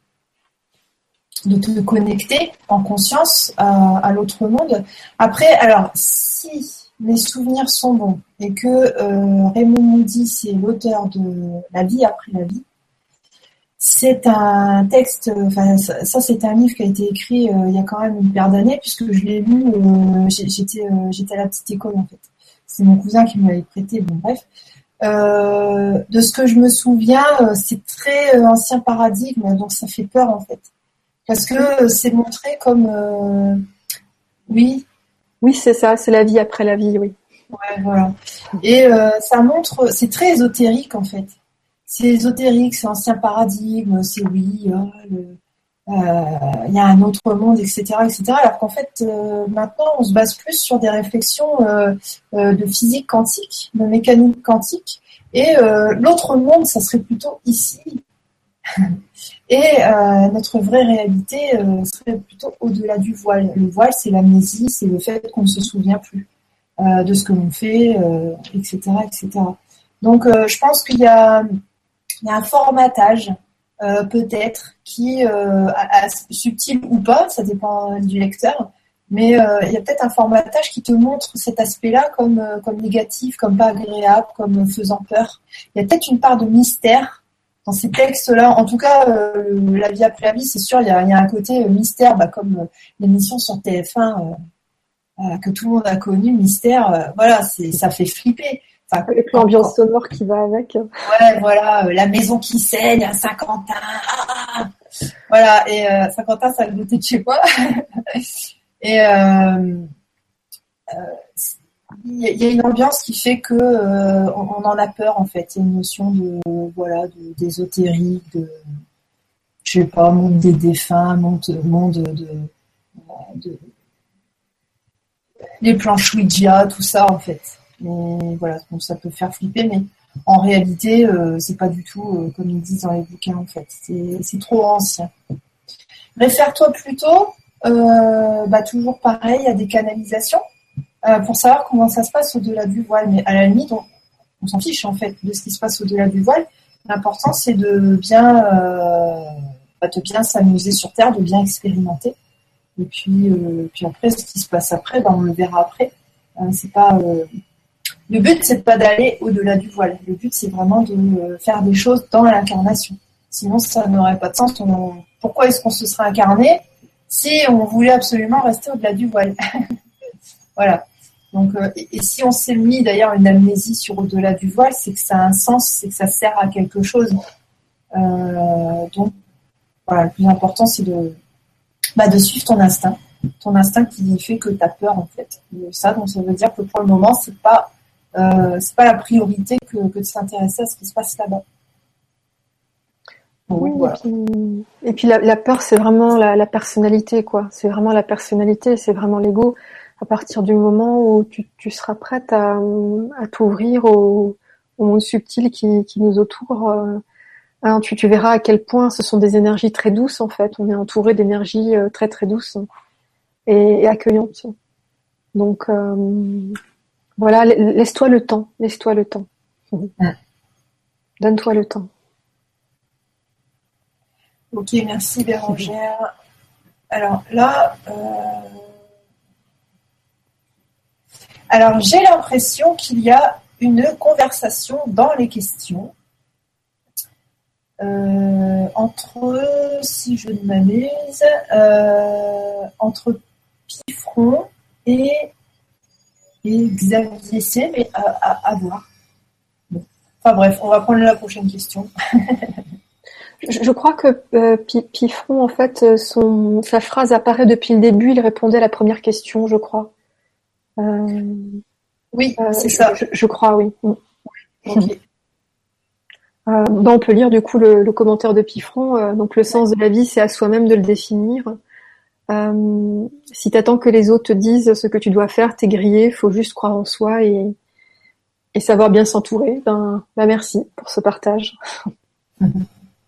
de te connecter en conscience à, à l'autre monde. Après, alors, si mes souvenirs sont bons et que euh, Raymond Moody, c'est l'auteur de La vie après la vie. C'est un texte, enfin ça, ça c'est un livre qui a été écrit euh, il y a quand même une paire d'années puisque je l'ai lu, euh, j'étais euh, j'étais à la petite école en fait. C'est mon cousin qui me l'avait prêté, bon bref. Euh, de ce que je me souviens, euh, c'est très euh, ancien paradigme, donc ça fait peur en fait. Parce que euh, c'est montré comme... Euh, oui. Oui, c'est ça, c'est la vie après la vie, oui. Ouais, voilà. Et euh, ça montre, c'est très ésotérique en fait. C'est ésotérique, c'est ancien paradigme, c'est oui, il euh, euh, y a un autre monde, et cetera, et cetera. Alors qu'en fait, euh, maintenant, on se base plus sur des réflexions euh, euh, de physique quantique, de mécanique quantique, et euh, l'autre monde, ça serait plutôt ici. Et euh, notre vraie réalité euh, serait plutôt au-delà du voile. Le voile, c'est l'amnésie, c'est le fait qu'on ne se souvient plus euh, de ce que l'on fait, euh, et cetera, et cetera. Donc, euh, je pense qu'il y a, il y a un formatage, euh, peut-être, qui, euh, a, a, subtil ou pas, ça dépend du lecteur, mais euh, il y a peut-être un formatage qui te montre cet aspect-là comme, euh, comme négatif, comme pas agréable, comme faisant peur. Il y a peut-être une part de mystère dans ces textes-là. En tout cas, euh, La vie après la vie, c'est sûr, il y a, il y a un côté euh, mystère, bah, comme euh, l'émission sur T F un euh, euh, que tout le monde a connu, Mystère, euh, voilà, c'est, ça fait flipper. Enfin, avec l'ambiance sonore qui va avec. Ouais, voilà, euh, la maison qui saigne à Saint-Quentin. Ah, voilà, et euh, Saint-Quentin, ça a le beauté de chez moi. et euh, euh, il y a une ambiance qui fait que euh, on, on en a peur en fait. Il y a une notion de voilà de, d'ésotérique, de je sais pas, monde des défunts, monde monde de, de, de les planches Ouija, tout ça en fait. Mais voilà, donc ça peut faire flipper, mais en réalité, euh, c'est pas du tout euh, comme ils disent dans les bouquins en fait. C'est, c'est trop ancien. Réfère-toi plutôt, euh, bah toujours pareil, à des canalisations. Euh, pour savoir comment ça se passe au-delà du voile. Mais à la limite, on, on s'en fiche en fait de ce qui se passe au-delà du voile. L'important, c'est de bien, euh, bah, de bien s'amuser sur Terre, de bien expérimenter. Et puis, euh, puis après, ce qui se passe après, bah, on le verra après. Euh, c'est pas, euh... Le but, c'est pas d'aller au-delà du voile. Le but, c'est vraiment de euh, faire des choses dans l'incarnation. Sinon, ça n'aurait pas de sens. On... Pourquoi est-ce qu'on se serait incarné si on voulait absolument rester au-delà du voile? Voilà. Donc, euh, et, et si on s'est mis d'ailleurs une amnésie sur au-delà du voile, c'est que ça a un sens, c'est que ça sert à quelque chose. Euh, donc, voilà, le plus important, c'est de, bah, de suivre ton instinct, ton instinct qui fait que tu as peur en fait. Et ça, donc ça veut dire que pour le moment, c'est pas, euh, c'est pas la priorité que, que de s'intéresser à ce qui se passe là-bas. Donc, oui, voilà. Et puis, et puis la, la peur, c'est vraiment la, la personnalité, quoi. C'est vraiment la personnalité, c'est vraiment l'ego. À partir du moment où tu, tu seras prête à, à t'ouvrir au, au monde subtil qui, qui nous entoure, euh, hein, tu, tu verras à quel point ce sont des énergies très douces en fait. On est entouré d'énergies euh, très très douces et, et accueillantes. Donc euh, voilà, laisse-toi le temps, laisse-toi le temps. Mmh. Donne-toi le temps. Ok, merci Bérangère. Alors là. Euh... Alors, j'ai l'impression qu'il y a une conversation dans les questions euh, entre, si je ne m'amuse, euh, entre Piffron et, et Xavier C, mais à, à, à voir. Bon. Enfin bref, on va prendre la prochaine question. je, je crois que euh, Piffron, en fait, son, sa phrase apparaît depuis le début, il répondait à la première question, je crois. Euh, oui, euh, c'est je, ça. Je, je crois, oui. Okay. Euh, ben on peut lire du coup le, le commentaire de Piffron. Euh, donc le sens de la vie, c'est à soi-même de le définir. Euh, si t'attends que les autres te disent ce que tu dois faire, t'es grillé. Faut juste croire en soi et, et savoir bien s'entourer. Ben, ben merci pour ce partage. Mm-hmm.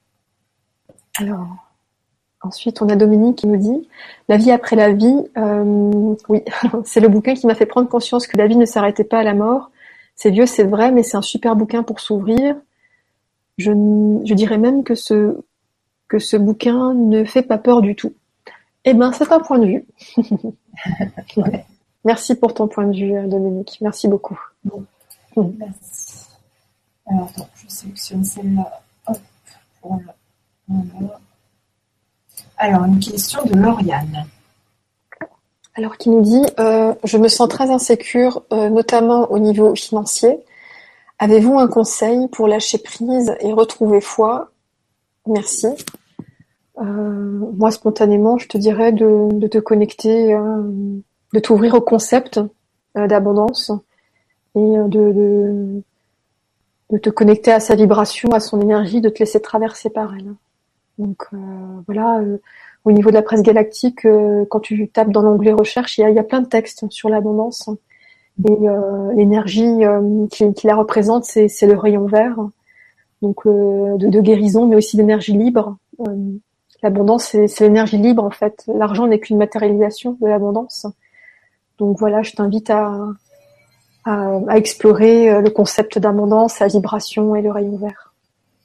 Alors. Ensuite, on a Dominique qui nous dit « La vie après la vie, euh, oui, c'est le bouquin qui m'a fait prendre conscience que la vie ne s'arrêtait pas à la mort. C'est vieux, c'est vrai, mais c'est un super bouquin pour s'ouvrir. Je, je dirais même que ce, que ce bouquin ne fait pas peur du tout. » Eh ben, c'est un point de vue. Ouais. Merci pour ton point de vue, Dominique. Merci beaucoup. Bon. Merci. Alors, attends, je sélectionne celle-là. Hop, voilà. Voilà. Alors, une question de Lauriane. Alors, qui nous dit euh, « Je me sens très insécure, euh, notamment au niveau financier. Avez-vous un conseil pour lâcher prise et retrouver foi ? Merci. Euh, moi, spontanément, je te dirais de, de te connecter, euh, de t'ouvrir au concept euh, d'abondance et de, de, de te connecter à sa vibration, à son énergie, de te laisser traverser par elle. » Donc euh, voilà, euh, au niveau de la presse galactique, euh, quand tu tapes dans l'onglet recherche, il y a, il y a plein de textes sur l'abondance. Et euh, l'énergie euh, qui, qui la représente, c'est, c'est le rayon vert. donc euh, de, de guérison, mais aussi d'énergie libre. Euh, l'abondance, c'est, c'est l'énergie libre en fait. L'argent n'est qu'une matérialisation de l'abondance. Donc voilà, je t'invite à, à, à explorer le concept d'abondance, la vibration et le rayon vert.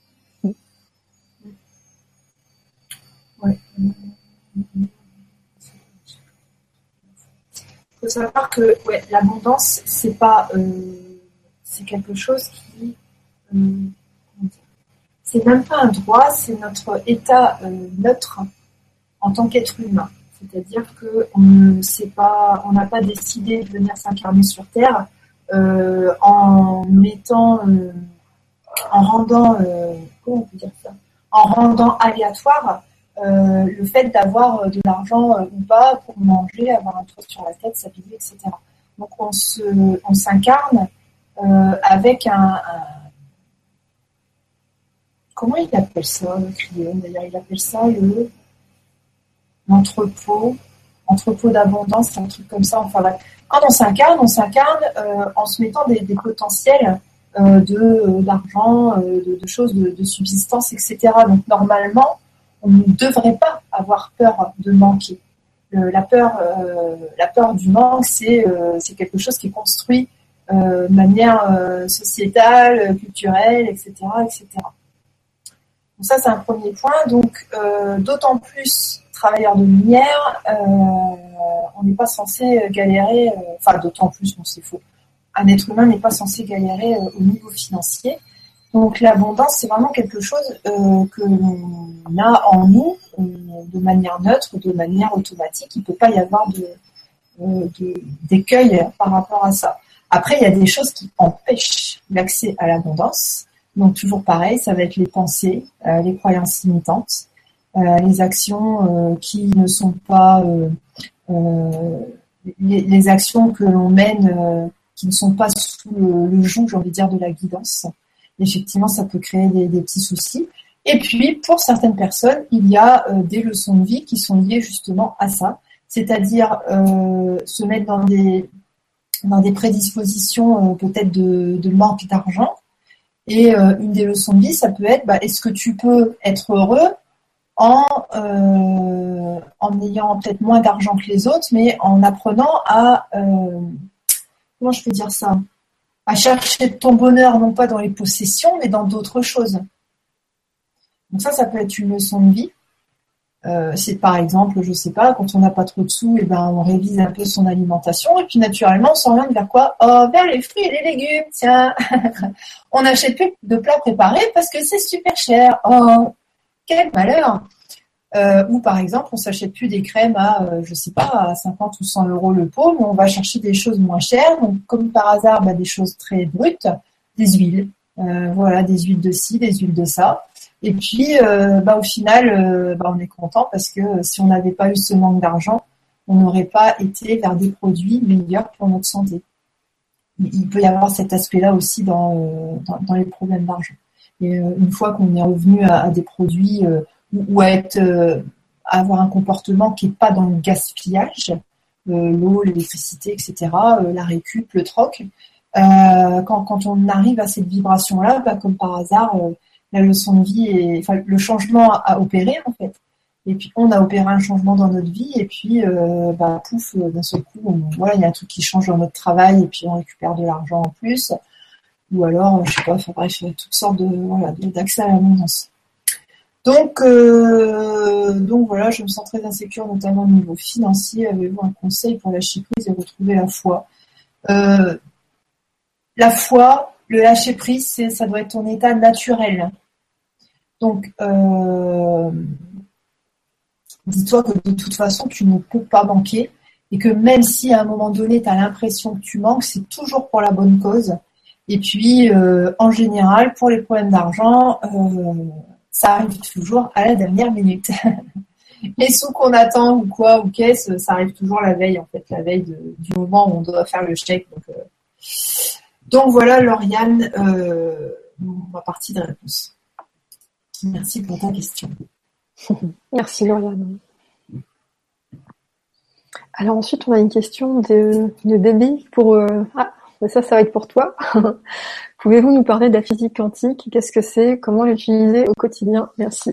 Ouais. Il faut savoir que ouais, l'abondance, c'est pas, euh, c'est quelque chose qui, euh, c'est même pas un droit, c'est notre état euh, neutre en tant qu'être humain. C'est-à-dire que on ne sait pas, on n'a pas décidé de venir s'incarner sur Terre euh, en mettant, euh, en rendant, euh, comment on peut dire ça, en rendant aléatoire. Euh, le fait d'avoir de l'argent euh, ou pas pour manger, avoir un toit sur la tête, s'habiller, et cetera. Donc on se, on s'incarne euh, avec un, un, comment il appelle ça, le client d'ailleurs, il appelle ça le l'entrepôt, entrepôt d'abondance, c'est un truc comme ça. Enfin bref, quand on s'incarne, on s'incarne euh, en se mettant des, des potentiels euh, de euh, d'argent, euh, de, de choses de, de subsistance, et cetera. Donc normalement on ne devrait pas avoir peur de manquer. Le, la peur, euh, la peur du manque, c'est, euh, c'est quelque chose qui est construit euh, de manière euh, sociétale, culturelle, et cetera, et cetera. Donc ça, c'est un premier point. Donc, euh, d'autant plus travailleurs de lumière, euh, on n'est pas censé galérer. Euh, enfin, d'autant plus, bon, c'est faux. Un être humain n'est pas censé galérer euh, au niveau financier. Donc l'abondance, c'est vraiment quelque chose euh, que l'on a en nous euh, de manière neutre, de manière automatique. Il ne peut pas y avoir de, euh, de, d'écueil par rapport à ça. Après, il y a des choses qui empêchent l'accès à l'abondance. Donc toujours pareil, ça va être les pensées, euh, les croyances limitantes, euh, les actions euh, qui ne sont pas... Euh, euh, les, les actions que l'on mène euh, qui ne sont pas sous le, le joug, j'ai envie de dire, de la guidance. Effectivement, ça peut créer des, des petits soucis. Et puis, pour certaines personnes, il y a euh, des leçons de vie qui sont liées justement à ça, c'est-à-dire euh, se mettre dans des dans des prédispositions euh, peut-être de, de manque d'argent. Et euh, une des leçons de vie, ça peut être, bah, est-ce que tu peux être heureux en euh, en ayant peut-être moins d'argent que les autres, mais en apprenant à euh, comment je peux dire ça? À chercher ton bonheur, non pas dans les possessions, mais dans d'autres choses. Donc ça, ça peut être une leçon de vie. Euh, c'est par exemple, je sais pas, quand on n'a pas trop de sous, et ben on révise un peu son alimentation, et puis naturellement, on s'oriente vers quoi? Oh, vers les fruits et les légumes, tiens. On n'achète plus de plats préparés parce que c'est super cher. Oh, quel malheur! Euh, ou par exemple, on s'achète plus des crèmes à, euh, je sais pas, à cinquante ou cent euros le pot, mais on va chercher des choses moins chères. Donc, comme par hasard, bah, des choses très brutes, des huiles, euh, voilà, des huiles de ci, des huiles de ça. Et puis, euh, bah, au final, euh, bah, on est content parce que euh, si on n'avait pas eu ce manque d'argent, on n'aurait pas été vers des produits meilleurs pour notre santé. Il peut y avoir cet aspect-là aussi dans, euh, dans, dans les problèmes d'argent. Et euh, une fois qu'on est revenu à, à des produits euh, ou à être, euh, à avoir un comportement qui n'est pas dans le gaspillage, euh, l'eau, l'électricité, et cetera, euh, la récup, le troc. Euh, quand, quand on arrive à cette vibration-là, bah, comme par hasard, euh, la leçon de vie, est, enfin, le changement a, a opéré en fait. Et puis on a opéré un changement dans notre vie, et puis euh, bah, pouf, d'un seul coup, on, voilà, il y a un truc qui change dans notre travail, et puis on récupère de l'argent en plus. Ou alors, je sais pas, enfin, bref, toutes sortes de, voilà, d'accès à l'abondance. Donc, euh, donc voilà, je me sens très insécure, notamment au niveau financier. Avez-vous un conseil pour lâcher prise et retrouver la foi? euh, La foi, le lâcher prise, c'est, ça doit être ton état naturel. Donc, euh, dis-toi que de toute façon, tu ne peux pas manquer et que même si à un moment donné, tu as l'impression que tu manques, c'est toujours pour la bonne cause. Et puis, euh, en général, pour les problèmes d'argent, euh, ça arrive toujours à la dernière minute. Les sous qu'on attend ou quoi, ou qu'est-ce, ça arrive toujours la veille, en fait, la veille de, du moment où on doit faire le chèque. Donc, euh... donc voilà, Lauriane, euh, ma partie de réponse. Merci pour ta question. Merci, Lauriane. Alors ensuite, on a une question de, de Debbie pour... Euh... Ah, ça, ça va être pour toi. Pouvez-vous nous parler de la physique quantique? Qu'est-ce que c'est? Comment l'utiliser au quotidien? Merci.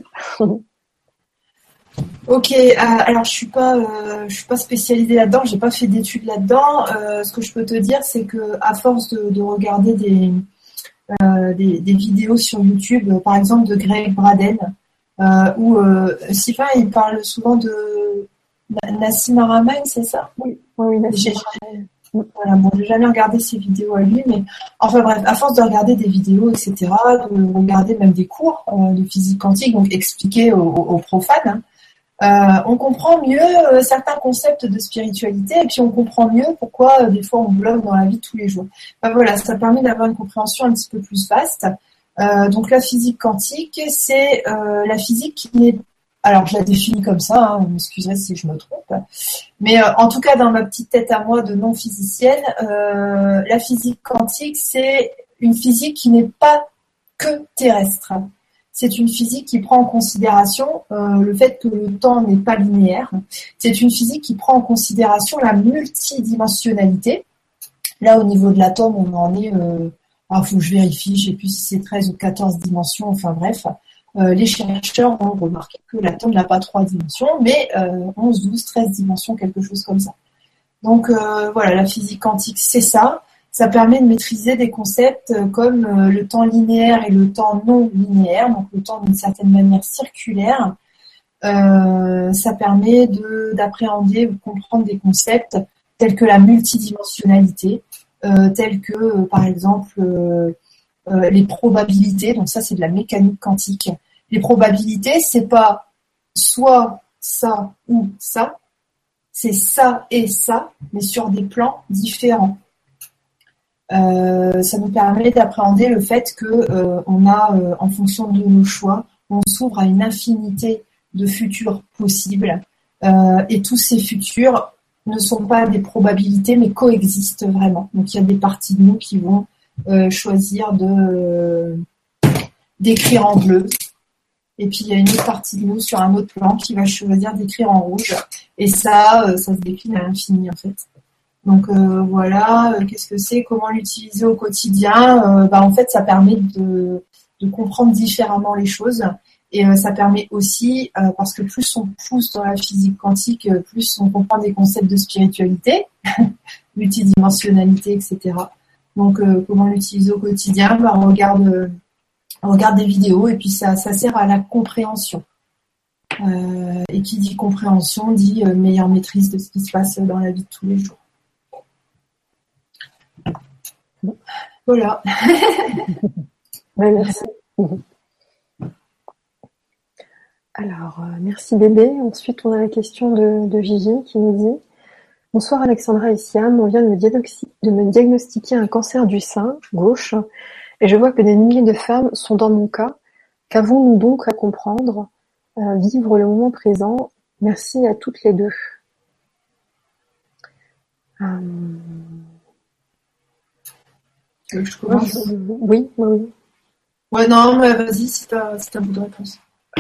Ok, euh, alors je suis pas, euh, je suis pas spécialisée là-dedans, j'ai pas fait d'études là-dedans. Euh, ce que je peux te dire, c'est que à force de, de regarder des, euh, des, des vidéos sur YouTube, euh, par exemple de Greg Braden, euh, où euh, Sylvain il parle souvent de Nassim Haramein, c'est ça? Oui, oui, oui, Nassim J'ai- Haramein. Voilà, bon, j'ai jamais regardé ses vidéos à lui, mais enfin bref, à force de regarder des vidéos, et cetera, de regarder même des cours euh, de physique quantique, donc expliqués aux, aux profanes, hein, euh, on comprend mieux euh, certains concepts de spiritualité, et puis on comprend mieux pourquoi euh, des fois on bloque dans la vie de tous les jours. Enfin, voilà, ça permet d'avoir une compréhension un petit peu plus vaste. Euh, donc la physique quantique, c'est euh, la physique qui n'est, alors je la définis comme ça, hein, vous m'excuserez si je me trompe, mais euh, en tout cas dans ma petite tête à moi de non-physicienne, euh, la physique quantique, c'est une physique qui n'est pas que terrestre. C'est une physique qui prend en considération euh, le fait que le temps n'est pas linéaire. C'est une physique qui prend en considération la multidimensionnalité. Là, au niveau de l'atome, on en est... Euh, il faut que je vérifie, je ne sais plus si c'est treize ou quatorze dimensions, enfin bref. Euh, les chercheurs ont remarqué que l'atome n'a pas trois dimensions, mais euh, onze, douze, treize dimensions, quelque chose comme ça. Donc euh, voilà, la physique quantique, c'est ça. Ça permet de maîtriser des concepts comme euh, le temps linéaire et le temps non linéaire, donc le temps d'une certaine manière circulaire. Euh, ça permet de, d'appréhender ou de comprendre des concepts tels que la multidimensionnalité, euh, tels que, euh, par exemple, euh, euh, les probabilités. Donc ça, c'est de la mécanique quantique. Les probabilités, c'est pas soit ça ou ça, c'est ça et ça, mais sur des plans différents. Euh, ça nous permet d'appréhender le fait que euh, on a, euh, en fonction de nos choix, on s'ouvre à une infinité de futurs possibles, euh, et tous ces futurs ne sont pas des probabilités, mais coexistent vraiment. Donc il y a des parties de nous qui vont euh, choisir de euh, d'écrire en bleu, et puis il y a une autre partie de nous sur un autre plan qui va choisir d'écrire en rouge, et ça, euh, ça se décline à l'infini en fait. Donc euh, voilà, euh, qu'est-ce que c'est, comment l'utiliser au quotidien, euh, bah, en fait ça permet de, de comprendre différemment les choses, et euh, ça permet aussi, euh, parce que plus on pousse dans la physique quantique, euh, plus on comprend des concepts de spiritualité, multidimensionnalité, et cetera. Donc euh, comment l'utiliser au quotidien, bah, on, regarde, euh, on regarde des vidéos et puis ça, ça sert à la compréhension. Euh, et qui dit compréhension dit euh, meilleure maîtrise de ce qui se passe dans la vie de tous les jours. Voilà. Ouais, merci. Alors, euh, merci bébé. Ensuite, on a la question de, de Gigi qui nous dit « Bonsoir Alexandra et Siam, on vient de me, diagnosti- de me diagnostiquer un cancer du sein gauche et je vois que des milliers de femmes sont dans mon cas. Qu'avons-nous donc à comprendre, euh, vivre le moment présent? Merci à toutes les deux. Euh... Tu veux que je commence? Moi, je... Oui, oui. Ouais, non, mais vas-y, c'est ta, c'est ta bout de réponse.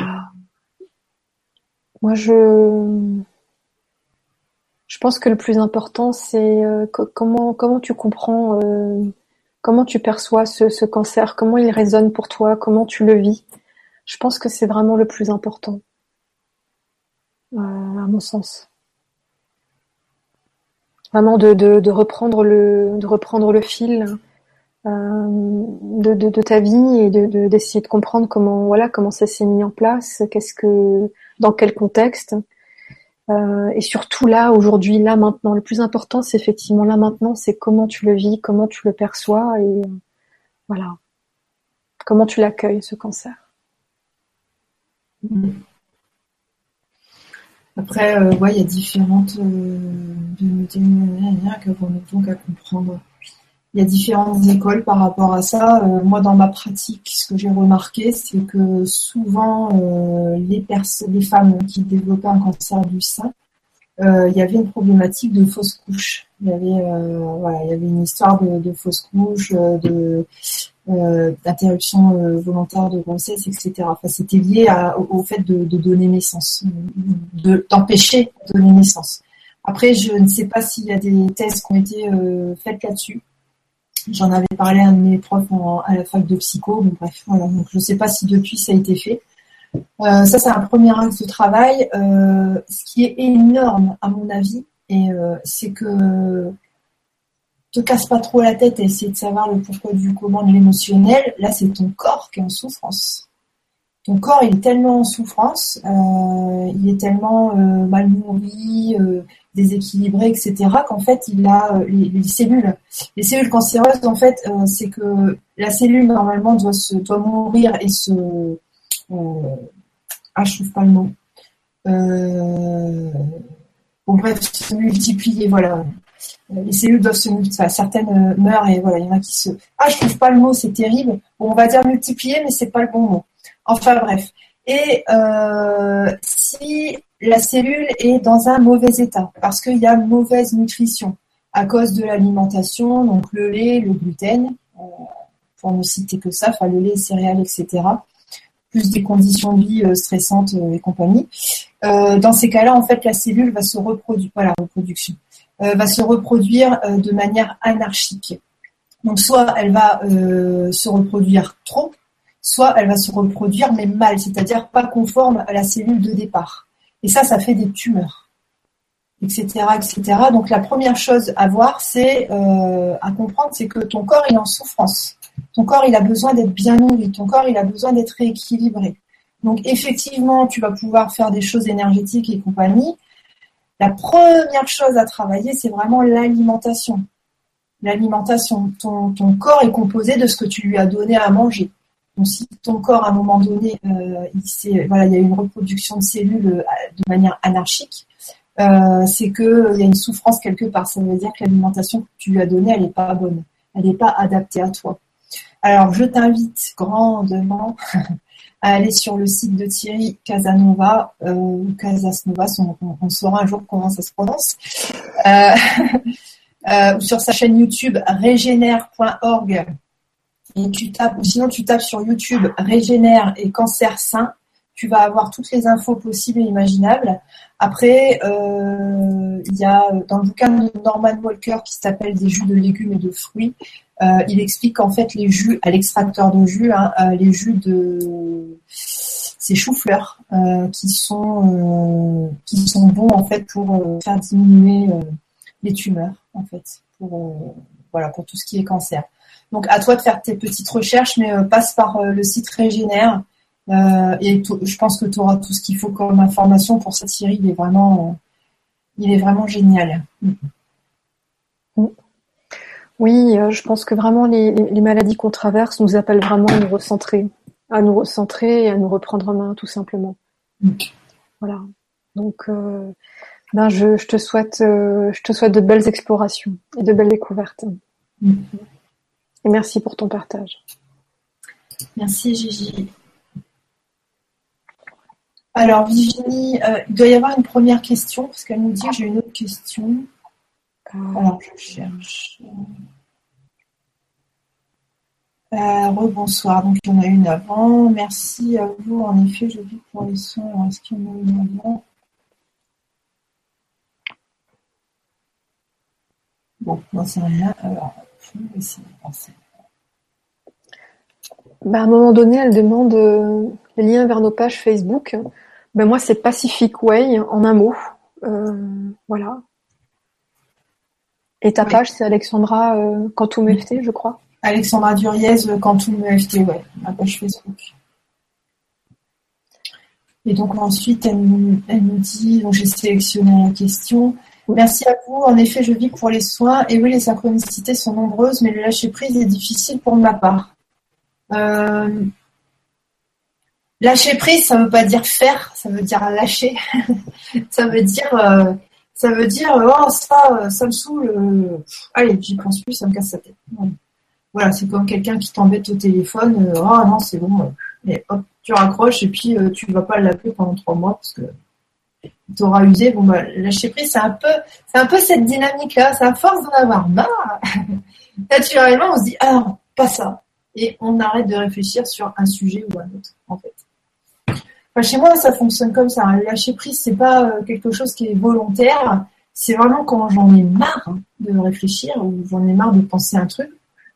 Moi, je, je pense que le plus important, c'est euh, co- comment, comment tu comprends, euh, comment tu perçois ce, ce cancer, comment il résonne pour toi, comment tu le vis. Je pense que c'est vraiment le plus important, euh, à mon sens. Vraiment de, de, de reprendre le, de reprendre le fil euh, de, de, de ta vie et de, de, d'essayer de comprendre comment, voilà, comment ça s'est mis en place, qu'est-ce que, dans quel contexte. Euh, et surtout là, aujourd'hui, là, maintenant. Le plus important, c'est effectivement là, maintenant, c'est comment tu le vis, comment tu le perçois et euh, voilà. Comment tu l'accueilles, ce cancer. Après, euh, ouais, il y a différentes euh, qu'avons-nous donc à comprendre. Il y a différentes écoles par rapport à ça. Euh, moi, dans ma pratique, ce que j'ai remarqué, c'est que souvent, euh, les personnes, les femmes qui développaient un cancer du sein, euh, il y avait une problématique de fausse couche. Il y avait, euh, voilà, il y avait une histoire de, de fausse couche, de euh, d'interruption euh, volontaire de grossesse, et cetera. Enfin, c'était lié à, au, au fait de, de donner naissance, de, d'empêcher de donner naissance. Après, je ne sais pas s'il y a des thèses qui ont été euh, faites là-dessus. J'en avais parlé à un de mes profs en, à la fac de psycho. Bon, bref, voilà. Donc, je ne sais pas si depuis ça a été fait. Euh, ça, c'est un premier axe de travail. Euh, ce qui est énorme, à mon avis, et euh, c'est que te casse pas trop la tête et essayer de savoir le pourquoi du comment de l'émotionnel. Là, c'est ton corps qui est en souffrance. Ton corps, il est tellement en souffrance, euh, il est tellement euh, mal nourri, euh, déséquilibré, et cetera, qu'en fait, il a euh, les, les cellules. Les cellules cancéreuses, en fait, euh, c'est que la cellule, normalement, doit se doit mourir et se... Euh, ah, je trouve pas le mot. Euh, bon, bref, se multiplier, voilà. Les cellules doivent se multiplier, certaines meurent et voilà, il y en a qui se... Ah, je trouve pas le mot, c'est terrible. Bon, on va dire multiplier, mais c'est pas le bon mot. Enfin bref. Et euh, si la cellule est dans un mauvais état, parce qu'il y a mauvaise nutrition à cause de l'alimentation, donc le lait, le gluten, euh, pour ne citer que ça, enfin le lait, les céréales, et cetera, plus des conditions de vie euh, stressantes euh, et compagnie. Euh, dans ces cas-là, en fait, la cellule va se reproduire, voilà, reproduction, euh, va se reproduire euh, de manière anarchique. Donc soit elle va euh, se reproduire trop, soit elle va se reproduire mais mal, c'est-à-dire pas conforme à la cellule de départ. Et ça, ça fait des tumeurs, et cetera, et cetera. Donc la première chose à voir, c'est euh, à comprendre, c'est que ton corps il est en souffrance. Ton corps il a besoin d'être bien nourri, ton corps il a besoin d'être rééquilibré. Donc effectivement, tu vas pouvoir faire des choses énergétiques et compagnie. La première chose à travailler, c'est vraiment l'alimentation. L'alimentation. Ton, ton corps est composé de ce que tu lui as donné à manger. Donc, si ton corps, à un moment donné, euh, il, voilà, il y a une reproduction de cellules euh, de manière anarchique, euh, c'est qu'il y a une souffrance quelque part. Ça veut dire que l'alimentation que tu lui as donnée, elle n'est pas bonne. Elle n'est pas adaptée à toi. Alors, je t'invite grandement à aller sur le site de Thierry Casanova, euh, ou Casasnovas, on, on, on saura un jour comment ça se prononce, euh, euh, ou sur sa chaîne YouTube régénère point org. Et tu tapes, ou sinon tu tapes sur YouTube Régénère et cancer sain, tu vas avoir toutes les infos possibles et imaginables. Après, euh, il y a dans le bouquin de Norman Walker qui s'appelle Des jus de légumes et de fruits, euh, il explique qu'en fait les jus à l'extracteur de jus, hein, euh, les jus de ces choux-fleurs euh, qui sont euh, qui sont bons en fait pour euh, faire diminuer euh, les tumeurs en fait, pour euh, voilà pour tout ce qui est cancer. Donc, à toi de faire tes petites recherches, mais euh, passe par euh, le site Régénère. Euh, et t- je pense que tu auras tout ce qu'il faut comme information pour cette série. Il est vraiment, euh, il est vraiment génial. Mm. Oui, euh, je pense que vraiment les, les maladies qu'on traverse nous appellent vraiment à nous recentrer, à nous recentrer et à nous reprendre en main, tout simplement. Mm. Voilà. Donc, euh, ben je, je te souhaite, euh, je te souhaite de belles explorations et de belles découvertes. Mm. Et merci pour ton partage. Merci Gigi. Alors Virginie, euh, il doit y avoir une première question, parce qu'elle nous dit que j'ai une autre question. Euh... Alors je cherche. Euh, Rebonsoir, donc il y en a une avant. Merci à vous, en effet, je vis pour les soins. Alors, est-ce qu'il y en a une avant? Bon, non, c'est rien. Alors, je vais essayer de penser. Ben, à un moment donné, elle demande euh, les liens vers nos pages Facebook. Ben, moi, c'est Pacific Way, en un mot. Euh, voilà. Et ta oui. page, c'est Alexandra euh, Quantum F T, je crois. Alexandra Duriez, Quantum F T, ouais, ma page Facebook. Et donc ensuite, elle nous, elle nous dit, donc j'ai sélectionné la question. Merci à vous. En effet, je vis pour les soins. Et oui, les synchronicités sont nombreuses, mais le lâcher prise est difficile pour ma part. Euh, lâcher prise, ça veut pas dire faire, ça veut dire lâcher. ça veut dire, euh, ça veut dire, oh ça, ça me saoule. Euh, allez, j'y pense plus, ça me casse la tête. Voilà, c'est comme quelqu'un qui t'embête au téléphone. Euh, oh non, c'est bon. Et hop, tu raccroches et puis euh, tu vas pas l'appeler pendant trois mois parce que t'auras usé. Bon bah, lâcher prise, c'est un peu, c'est un peu cette dynamique-là. C'est à force d'en avoir marre. Naturellement, on se dit ah non, pas ça. Et on arrête de réfléchir sur un sujet ou un autre, en fait. Enfin, chez moi, ça fonctionne comme ça. Le lâcher prise, c'est pas quelque chose qui est volontaire. C'est vraiment quand j'en ai marre de réfléchir ou j'en ai marre de penser un truc.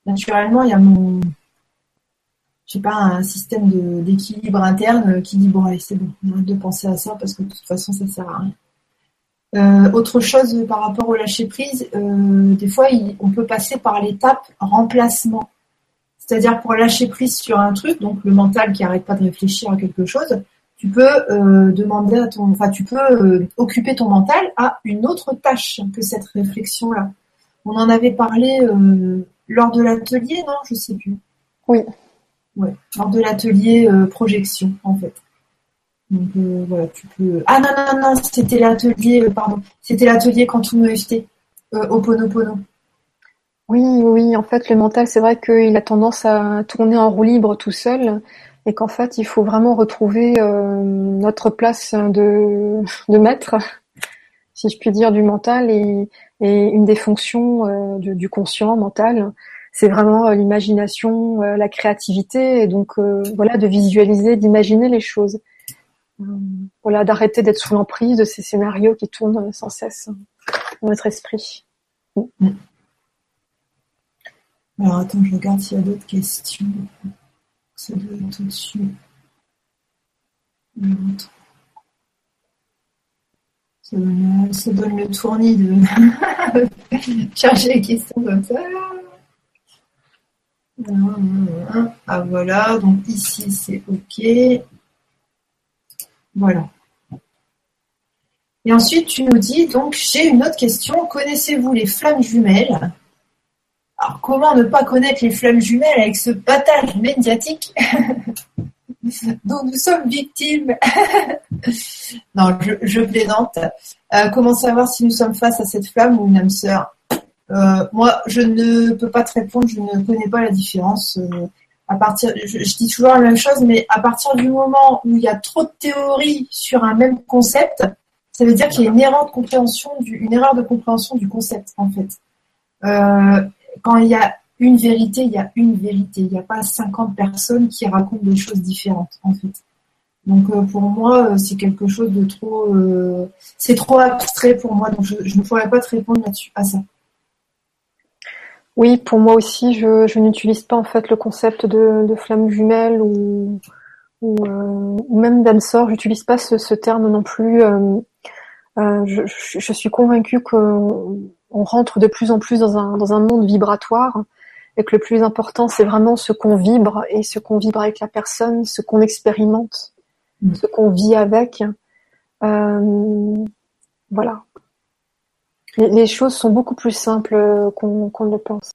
naturellement, il y a mon, je sais pas, un système de, d'équilibre interne qui dit bon allez c'est bon, on arrête de penser à ça parce que de toute façon ça sert à rien. Euh, autre chose par rapport au lâcher prise, euh, des fois il, on peut passer par l'étape remplacement. C'est-à-dire pour lâcher prise sur un truc, donc le mental qui arrête pas de réfléchir à quelque chose, tu peux euh, demander à ton, enfin tu peux euh, occuper ton mental à une autre tâche que cette réflexion-là. On en avait parlé euh, lors de l'atelier, non, je sais plus. Oui. Ouais, lors de l'atelier euh, projection en fait. Donc euh, voilà, tu peux. Ah non non non, c'était l'atelier, euh, pardon, c'était l'atelier Quantum E F T, euh, Ho'oponopono. Oui, oui, en fait, le mental, c'est vrai qu'il a tendance à tourner en roue libre tout seul, et qu'en fait, il faut vraiment retrouver euh, notre place de, de maître, si je puis dire, du mental, et, et une des fonctions euh, du, du conscient mental, c'est vraiment euh, l'imagination, euh, la créativité, et donc euh, voilà, de visualiser, d'imaginer les choses. Euh, voilà, d'arrêter d'être sous l'emprise de ces scénarios qui tournent sans cesse dans notre esprit. Mm. Alors attends, je regarde s'il y a d'autres questions. Ça doit être au-dessus. Ça donne, ça donne le tournis de chercher les questions comme ça. Ah voilà, donc ici c'est OK. Voilà. Et ensuite tu nous dis, donc j'ai une autre question. Connaissez-vous les flammes jumelles ? Alors, comment ne pas connaître les flammes jumelles avec ce battage médiatique dont nous sommes victimes? Non, je, je plaisante. Euh, comment savoir si nous sommes face à cette flamme ou une âme sœur? euh, Moi, je ne peux pas te répondre, je ne connais pas la différence. Euh, à partir, je, je dis toujours la même chose, mais à partir du moment où il y a trop de théories sur un même concept, ça veut dire qu'il y a une erreur de compréhension du, une erreur de compréhension du concept, en fait. Euh, Quand il y a une vérité, il y a une vérité. Il n'y a pas cinquante personnes qui racontent des choses différentes, en fait. Donc euh, pour moi, euh, c'est quelque chose de trop... Euh, c'est trop abstrait pour moi, donc je, je ne pourrais pas te répondre là-dessus, à ça. Oui, pour moi aussi, je, je n'utilise pas en fait le concept de, de flamme jumelle ou, ou, euh, ou même d'âme sœur. J'utilise pas ce, ce terme non plus. Euh, euh, je, je suis convaincue qu'on on rentre de plus en plus dans un, dans un monde vibratoire et que le plus important, c'est vraiment ce qu'on vibre et ce qu'on vibre avec la personne, ce qu'on expérimente, mmh. ce qu'on vit avec. Euh, voilà. Les, les choses sont beaucoup plus simples qu'on, qu'on ne le pense.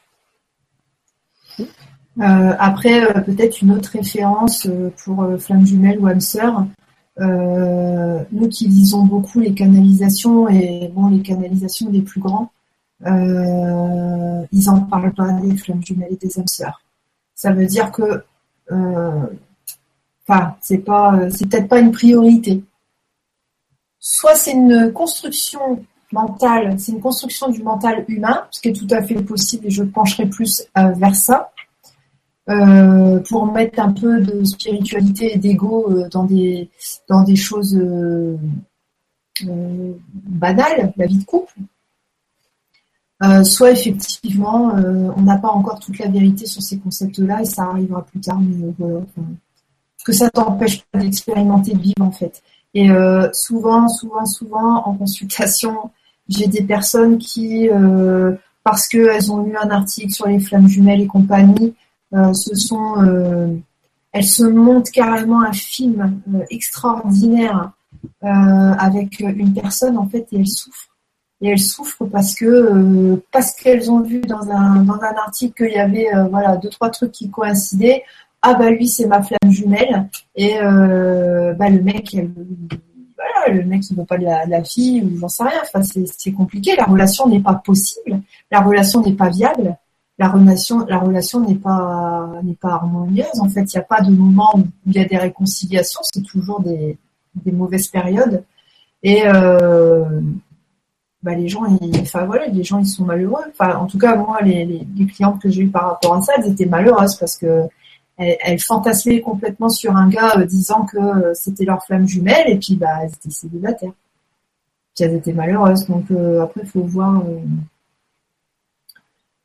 Euh, après, euh, peut-être une autre référence euh, pour euh, flamme jumelle ou âme sœur. Euh, nous qui lisons beaucoup les canalisations et bon les canalisations des plus grands, euh, ils en parlent pas des flammes jumelles et des âmes sœurs. Ça veut dire que, euh, enfin, c'est pas, c'est peut-être pas une priorité. Soit c'est une construction mentale, c'est une construction du mental humain, ce qui est tout à fait possible et je pencherai plus euh, vers ça. Euh, pour mettre un peu de spiritualité et d'ego euh, dans des dans des choses euh, euh, banales, la vie de couple. Euh, soit effectivement, euh, on n'a pas encore toute la vérité sur ces concepts-là et ça arrivera plus tard, mais voilà. Enfin, que ça t'empêche pas d'expérimenter, de vivre en fait. Et euh, souvent, souvent, souvent en consultation, j'ai des personnes qui, euh, parce qu'elles ont lu un article sur les flammes jumelles et compagnie, Euh, ce sont, euh, elles se montent carrément un film euh, extraordinaire euh, avec une personne en fait et elles souffrent et elles souffrent parce que euh, parce qu'elles ont vu dans un dans un article qu'il y avait euh, voilà deux trois trucs qui coïncidaient. Ah bah lui c'est ma flamme jumelle et euh, bah le mec elle, voilà le mec il veut pas de la, de la fille ou j'en sais rien. Enfin c'est c'est compliqué. La relation n'est pas possible. La relation n'est pas viable. La relation, la relation n'est pas, n'est pas harmonieuse. En fait, il n'y a pas de moment où il y a des réconciliations. C'est toujours des, des mauvaises périodes. Et euh, bah les gens, ils, enfin voilà, les gens ils sont malheureux. Enfin, en tout cas, moi, les, les, les clientes que j'ai eues par rapport à ça, elles étaient malheureuses parce que elles, elles fantasmaient complètement sur un gars euh, disant que euh, c'était leur flamme jumelle et puis bah elles étaient célibataires. Puis elles étaient malheureuses. Donc euh, après, il faut voir. Euh,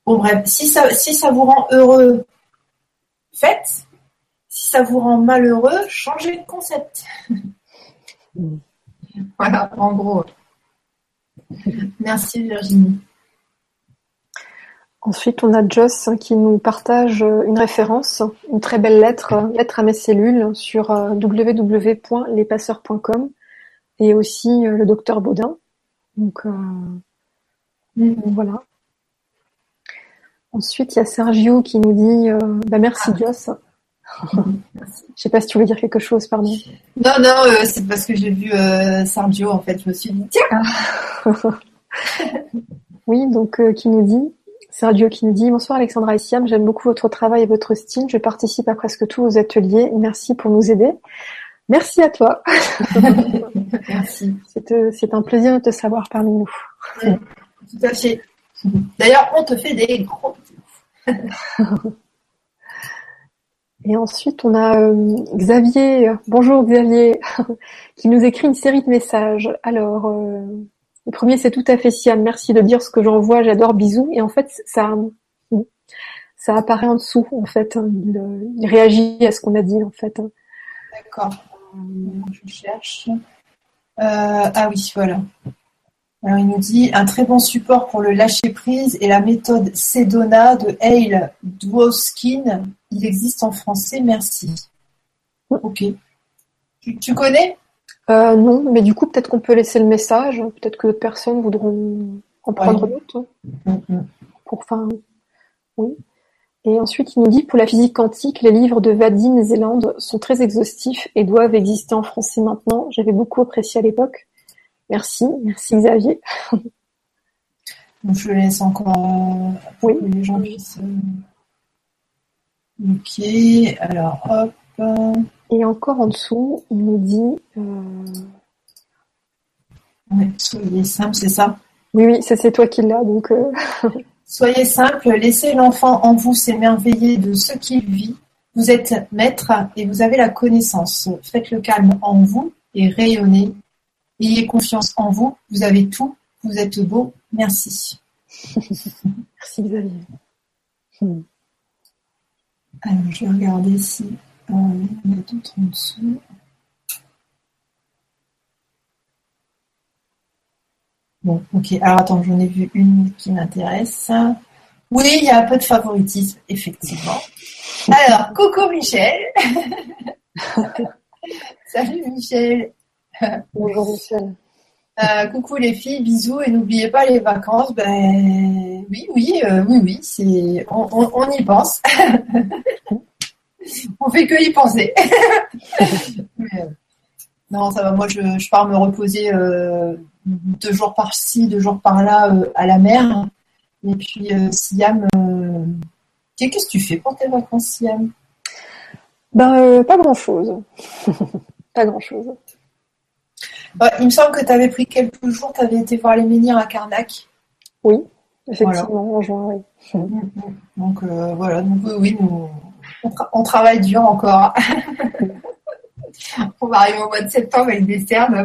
Bon, bref, si ça, si ça vous rend heureux, faites. Si ça vous rend malheureux, changez de concept. Voilà, en gros. Merci Virginie. Ensuite, on a Joss qui nous partage une référence, une très belle lettre, lettre à mes cellules sur w w w point les passeurs point com et aussi le docteur Baudin. Donc, euh, mmh. voilà. Ensuite, il y a Sergio qui nous dit euh, bah, merci ah. Joss. Merci. Je sais pas si tu veux dire quelque chose, pardon. Non, non, euh, c'est parce que j'ai vu euh, Sergio, en fait, je me suis dit tiens. Oui, donc euh, qui nous dit Sergio qui nous dit bonsoir Alexandra et Siam, j'aime beaucoup votre travail et votre style. Je participe à presque tous vos ateliers. Merci pour nous aider. Merci à toi. Merci. C'est, euh, c'est un plaisir de te savoir parmi nous. Oui, tout à fait. D'ailleurs, on te fait des gros bisous. Et ensuite, on a euh, Xavier. Bonjour Xavier, qui nous écrit une série de messages. Alors, euh, le premier, c'est tout à fait Siam. Merci de dire ce que j'envoie. J'adore bisous. Et en fait, ça, ça apparaît en dessous. En fait, il, il réagit à ce qu'on a dit. En fait. D'accord. Je cherche. Euh, ah oui, voilà. Alors, il nous dit un très bon support pour le lâcher prise et la méthode Sedona de Hale Dwoskin. Il existe en français. Merci. Ok. Tu, tu connais? Euh, non, mais du coup, peut-être qu'on peut laisser le message. Peut-être que d'autres personnes voudront en prendre ouais. d'autres. Mm-hmm. Pour, enfin, oui. Et ensuite, il nous dit, pour la physique quantique, les livres de Vadim Zeland sont très exhaustifs et doivent exister en français maintenant. J'avais beaucoup apprécié à l'époque. Merci, merci Xavier. Donc, je laisse encore pour oui. que les gens puissent. Ok, alors hop. Et encore en dessous, il nous dit. Euh... Ouais, soyez simple, c'est ça? Oui, oui, c'est, c'est toi qui l'as, donc. Euh... Soyez simple, laissez l'enfant en vous s'émerveiller de ce qu'il vit. Vous êtes maître et vous avez la connaissance. Faites le calme en vous et rayonnez. Ayez confiance en vous, vous avez tout, vous êtes beau, merci. Merci Xavier. Hmm. Alors, je vais regarder si euh, il y a d'autres en dessous. Bon, ok. Alors, attends, j'en ai vu une qui m'intéresse. Oui, il y a un peu de favoritisme, effectivement. Alors, coucou Michel. Salut Michel. Bonjour Michel. Euh, coucou les filles, bisous et n'oubliez pas les vacances. Ben oui, oui, euh, oui, oui, c'est on, on, on y pense. On fait que y penser. Mais, euh, non, ça va. Moi, je, je pars me reposer euh, deux jours par-ci, deux jours par-là euh, à la mer. Et puis euh, Siam, euh... qu'est-ce que tu fais pour tes vacances, Siam? Ben euh, pas grand-chose. Pas grand-chose. Ouais, il me semble que tu avais pris quelques jours, tu avais été voir les menhirs à Carnac. Oui, effectivement, voilà. En juin, oui. Donc euh, voilà, donc oui, oui nous, on, tra- on travaille dur encore. On va arriver au mois de septembre avec des cernes.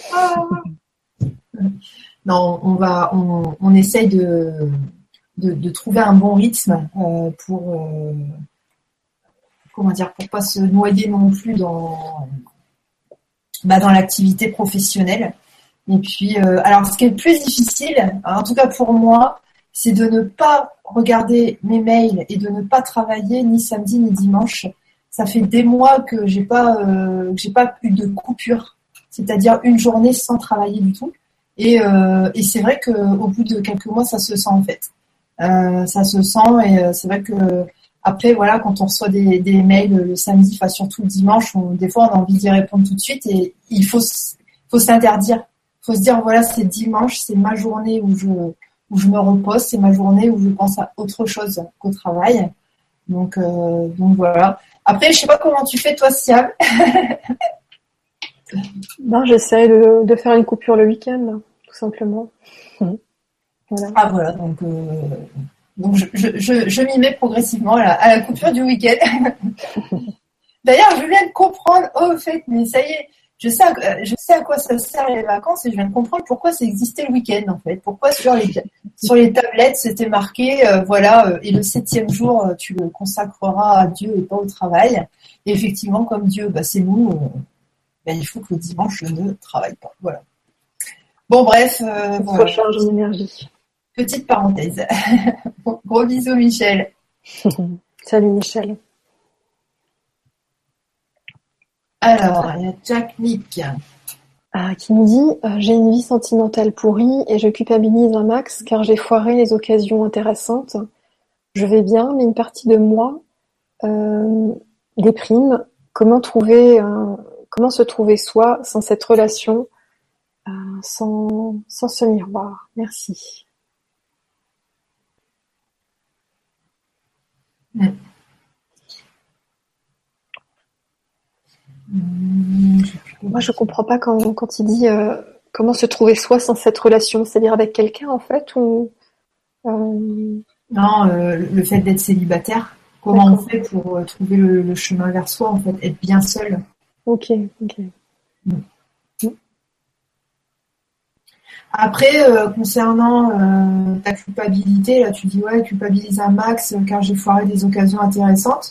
Non, on va, on, on essaye de, de, de trouver un bon rythme euh, pour, euh, comment dire, pour pas se noyer non plus dans Bah dans l'activité professionnelle. Et puis, euh, alors ce qui est le plus difficile, en tout cas pour moi, c'est de ne pas regarder mes mails et de ne pas travailler ni samedi ni dimanche. Ça fait des mois que j'ai pas, euh, que j'ai pas eu de coupure, c'est-à-dire une journée sans travailler du tout. Et, euh, et c'est vrai qu'au bout de quelques mois, ça se sent en fait. Euh, ça se sent et euh, c'est vrai que après, voilà, quand on reçoit des, des mails le samedi, enfin surtout le dimanche, on, des fois on a envie d'y répondre tout de suite et il faut, faut s'interdire. Il faut se dire, voilà, c'est dimanche, c'est ma journée où je, où je me repose, c'est ma journée où je pense à autre chose qu'au travail. Donc, euh, donc voilà. Après, je sais pas comment tu fais toi, Siam. Ben, j'essaie de, de faire une coupure le week-end, tout simplement. Voilà. Ah voilà, donc... Euh... Donc, je, je, je, je m'y mets progressivement à la, à la coupure du week-end. D'ailleurs, je viens de comprendre, oh, au fait, mais ça y est, je sais, à, je sais à quoi ça sert les vacances et je viens de comprendre pourquoi ça existait le week-end en fait. Pourquoi sur les sur les tablettes c'était marqué, euh, voilà, euh, et le septième jour euh, tu le consacreras à Dieu et pas au travail. Et effectivement, comme Dieu, bah, c'est nous, euh, bah, il faut que le dimanche je ne travaille pas. Voilà. Bon bref, euh, voilà. Recharge d'énergie. Petite parenthèse. Gros bisous Michel. Salut Michel. Alors, il y a Jack Nick. Ah, qui nous dit euh, « J'ai une vie sentimentale pourrie et je culpabilise un max car j'ai foiré les occasions intéressantes. Je vais bien, mais une partie de moi euh, déprime. Comment trouver, euh, comment se trouver soi sans cette relation, euh, sans, sans ce miroir. Merci. » Mm. Mmh, Moi, je comprends pas quand, quand il dit euh, comment se trouver soi sans cette relation, c'est-à-dire avec quelqu'un en fait ou euh... Non, euh, le fait d'être célibataire. Comment D'accord. on fait pour euh, trouver le, le chemin vers soi en fait, être bien seul. Ok, ok. Mmh. Mmh. Après, euh, concernant euh, ta culpabilité, là tu dis ouais, culpabilise un max car j'ai foiré des occasions intéressantes.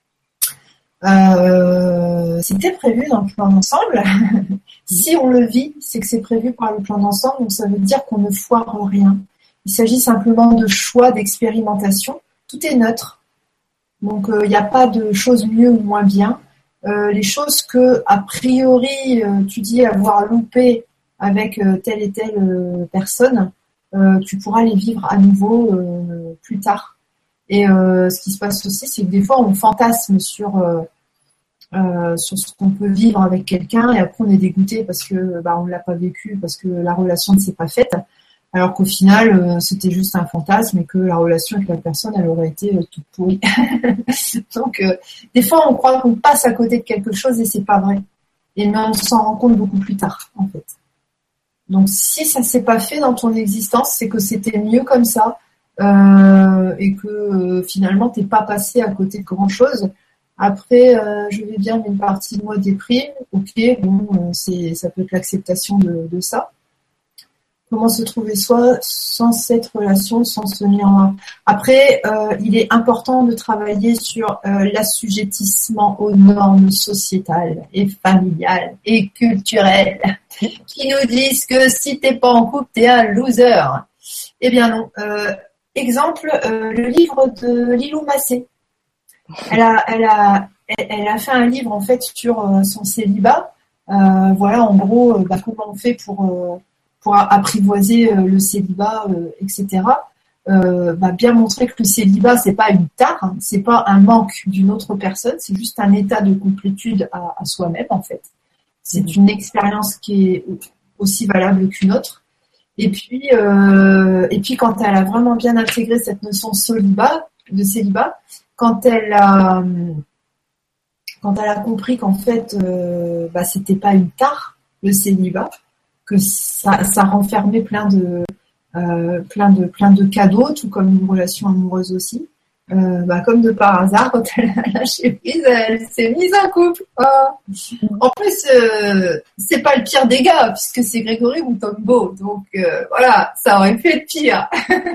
Euh, c'était prévu dans le plan d'ensemble. Si on le vit, c'est que c'est prévu par le plan d'ensemble, donc ça veut dire qu'on ne foire rien. Il s'agit simplement de choix, d'expérimentation. Tout est neutre. Donc il euh, n'y a pas de choses mieux ou moins bien. Euh, les choses que, a priori, euh, tu dis avoir loupé avec euh, telle et telle euh, personne, euh, tu pourras les vivre à nouveau euh, plus tard. Et euh, ce qui se passe aussi, c'est que des fois, on fantasme sur, euh, euh, sur ce qu'on peut vivre avec quelqu'un et après, on est dégoûté parce que bah, on ne l'a pas vécu, parce que la relation ne s'est pas faite, alors qu'au final, euh, c'était juste un fantasme et que la relation avec la personne, elle aurait été euh, toute pourrie. Donc, euh, des fois, on croit qu'on passe à côté de quelque chose et c'est pas vrai. Et mais on s'en rend compte beaucoup plus tard, en fait. Donc, si ça s'est pas fait dans ton existence, c'est que c'était mieux comme ça. Euh, et que euh, finalement t'es pas passé à côté de grand chose. Après, euh, je vais bien, mais une partie de moi déprime. Ok, bon, euh, c'est, ça peut être l'acceptation de, de ça. Comment se trouver soi sans cette relation, sans ce miroir. Après, euh, il est important de travailler sur euh, l'assujettissement aux normes sociétales et familiales et culturelles qui nous disent que si t'es pas en couple, t'es un loser. Eh bien non. Euh, Exemple, euh, le livre de Lilou Massé. Elle a, elle a, elle, elle a fait un livre en fait sur euh, son célibat. Euh, voilà, en gros, euh, bah, comment on fait pour euh, pour apprivoiser euh, le célibat, euh, et cetera. Euh, bah, bien montrer que le célibat c'est pas une tare, hein, c'est pas un manque d'une autre personne, c'est juste un état de complétude à, à soi-même en fait. C'est une expérience qui est aussi valable qu'une autre. Et puis, euh, et puis quand elle a vraiment bien intégré cette notion de célibat, de célibat, quand elle a, quand elle a compris qu'en fait, euh, bah, c'était pas une tare le célibat, que ça, ça renfermait plein de, euh, plein de, plein de cadeaux, tout comme une relation amoureuse aussi. Euh, bah, comme de par hasard, quand elle a lâché prise, elle s'est mise en couple. Oh. En plus, euh, c'est pas le pire des gars, puisque c'est Grégory Mutombo. Donc euh, voilà, ça aurait pu être pire.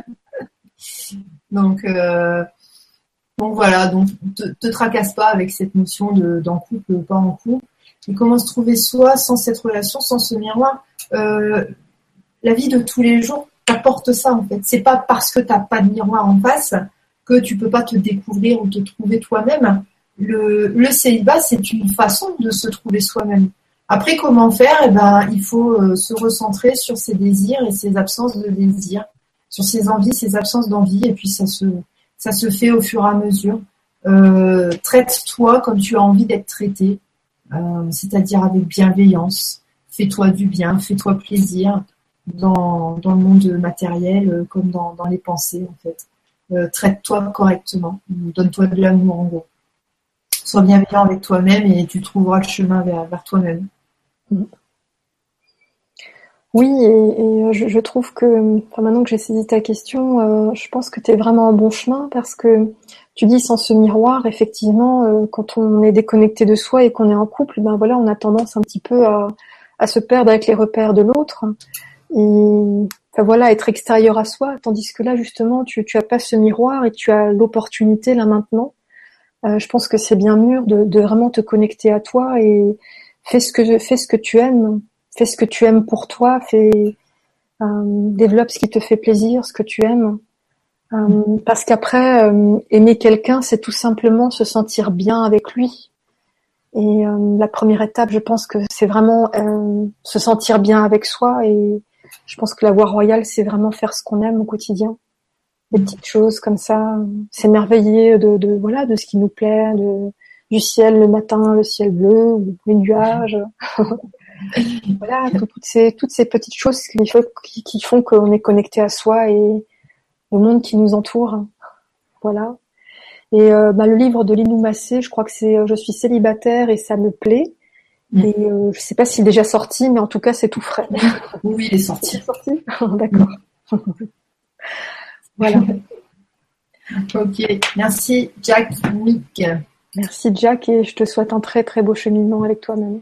donc, euh, donc voilà, donc te, te tracasse pas avec cette notion de d'en couple, pas en couple. Et comment se trouver soi sans cette relation, sans ce miroir. Euh, la vie de tous les jours t'apporte ça en fait. C'est pas parce que t'as pas de miroir en face que tu peux pas te découvrir ou te trouver toi-même. Le, le célibat, c'est une façon de se trouver soi-même. Après, comment faire? Eh ben, il faut euh, se recentrer sur ses désirs et ses absences de désir, sur ses envies, ses absences d'envie, et puis ça se, ça se fait au fur et à mesure. Euh, traite-toi comme tu as envie d'être traité, euh, c'est-à-dire avec bienveillance. Fais-toi du bien, fais-toi plaisir dans, dans le monde matériel euh, comme dans, dans les pensées, en fait. Euh, traite-toi correctement, donne-toi de l'amour en gros. Sois bienveillant avec toi-même et tu trouveras le chemin vers, vers toi-même. Oui, et, et je, je trouve que, enfin, maintenant que j'ai saisi ta question, euh, je pense que tu es vraiment en bon chemin parce que tu dis sans ce miroir, effectivement, euh, quand on est déconnecté de soi et qu'on est en couple, ben voilà, on a tendance un petit peu à, à se perdre avec les repères de l'autre et enfin, voilà, être extérieur à soi, tandis que là, justement, tu, tu as pas ce miroir et tu as l'opportunité là maintenant. Euh, je pense que c'est bien mûr de, de vraiment te connecter à toi et fais ce que fais ce que tu aimes. Fais ce que tu aimes pour toi, fais, euh, développe ce qui te fait plaisir, ce que tu aimes. Euh, parce qu'après, euh, aimer quelqu'un, c'est tout simplement se sentir bien avec lui. Et euh, la première étape, je pense que c'est vraiment euh, se sentir bien avec soi. Et je pense que la voie royale, c'est vraiment faire ce qu'on aime au quotidien. Des petites choses comme ça, s'émerveiller de, de voilà de ce qui nous plaît, de, du ciel le matin, le ciel bleu, ou les nuages. Voilà, tout- toutes ces toutes ces petites choses qui, faut- qui, qui font qu'on est connecté à soi et au monde qui nous entoure. Voilà. Et euh, bah, le livre de Linou Massé, je crois que c'est euh, Je suis célibataire et ça me plaît. Mm. Et euh, je sais pas s'il est déjà sorti, mais en tout cas c'est tout frais. Oui, il est Il sorti. est sorti. D'accord. Voilà. Ok, merci Jack Mick. Merci Jack et je te souhaite un très très beau cheminement avec toi-même.